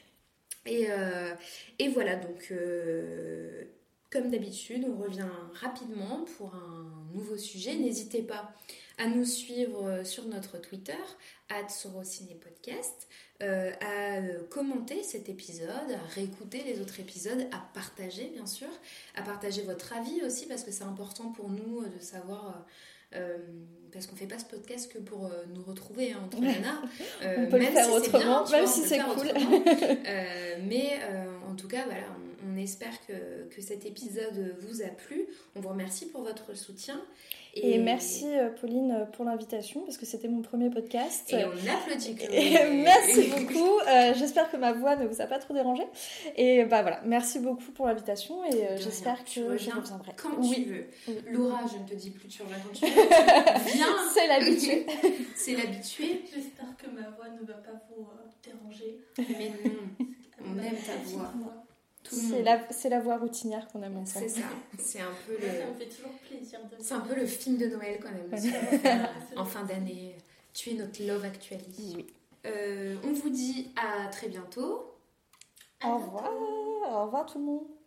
Et voilà, donc comme d'habitude, on revient rapidement pour un nouveau sujet. N'hésitez pas à nous suivre sur notre Twitter, @sorocinépodcast, à commenter cet épisode, à réécouter les autres épisodes, à partager bien sûr, à partager votre avis aussi, parce que c'est important pour nous de savoir... parce qu'on fait pas ce podcast que pour nous retrouver entre nanas, on peut le faire autrement, même si c'est cool. Mais en tout cas, voilà, on espère que cet épisode vous a plu. On vous remercie pour votre soutien. Et merci Pauline pour l'invitation, parce que c'était mon premier podcast. Et on applaudit. Merci beaucoup. J'espère que ma voix ne vous a pas trop dérangé. Et voilà, merci beaucoup pour l'invitation, et j'espère que je reviendrai. Quand tu veux. Oui. Laura, je ne te dis plus tu reviens quand tu veux. Viens. C'est l'habitué. C'est l'habitué. J'espère que ma voix ne va pas vous déranger. Mais non, on aime ta voix. C'est la voix routinière qu'on aime ensemble. C'est ça. C'est un peu ça me fait toujours plaisir de... C'est un peu le film de Noël quand même. En fin d'année. Tu es notre Love Actually. Oui. On vous dit à très bientôt. Au revoir. Au revoir tout le monde.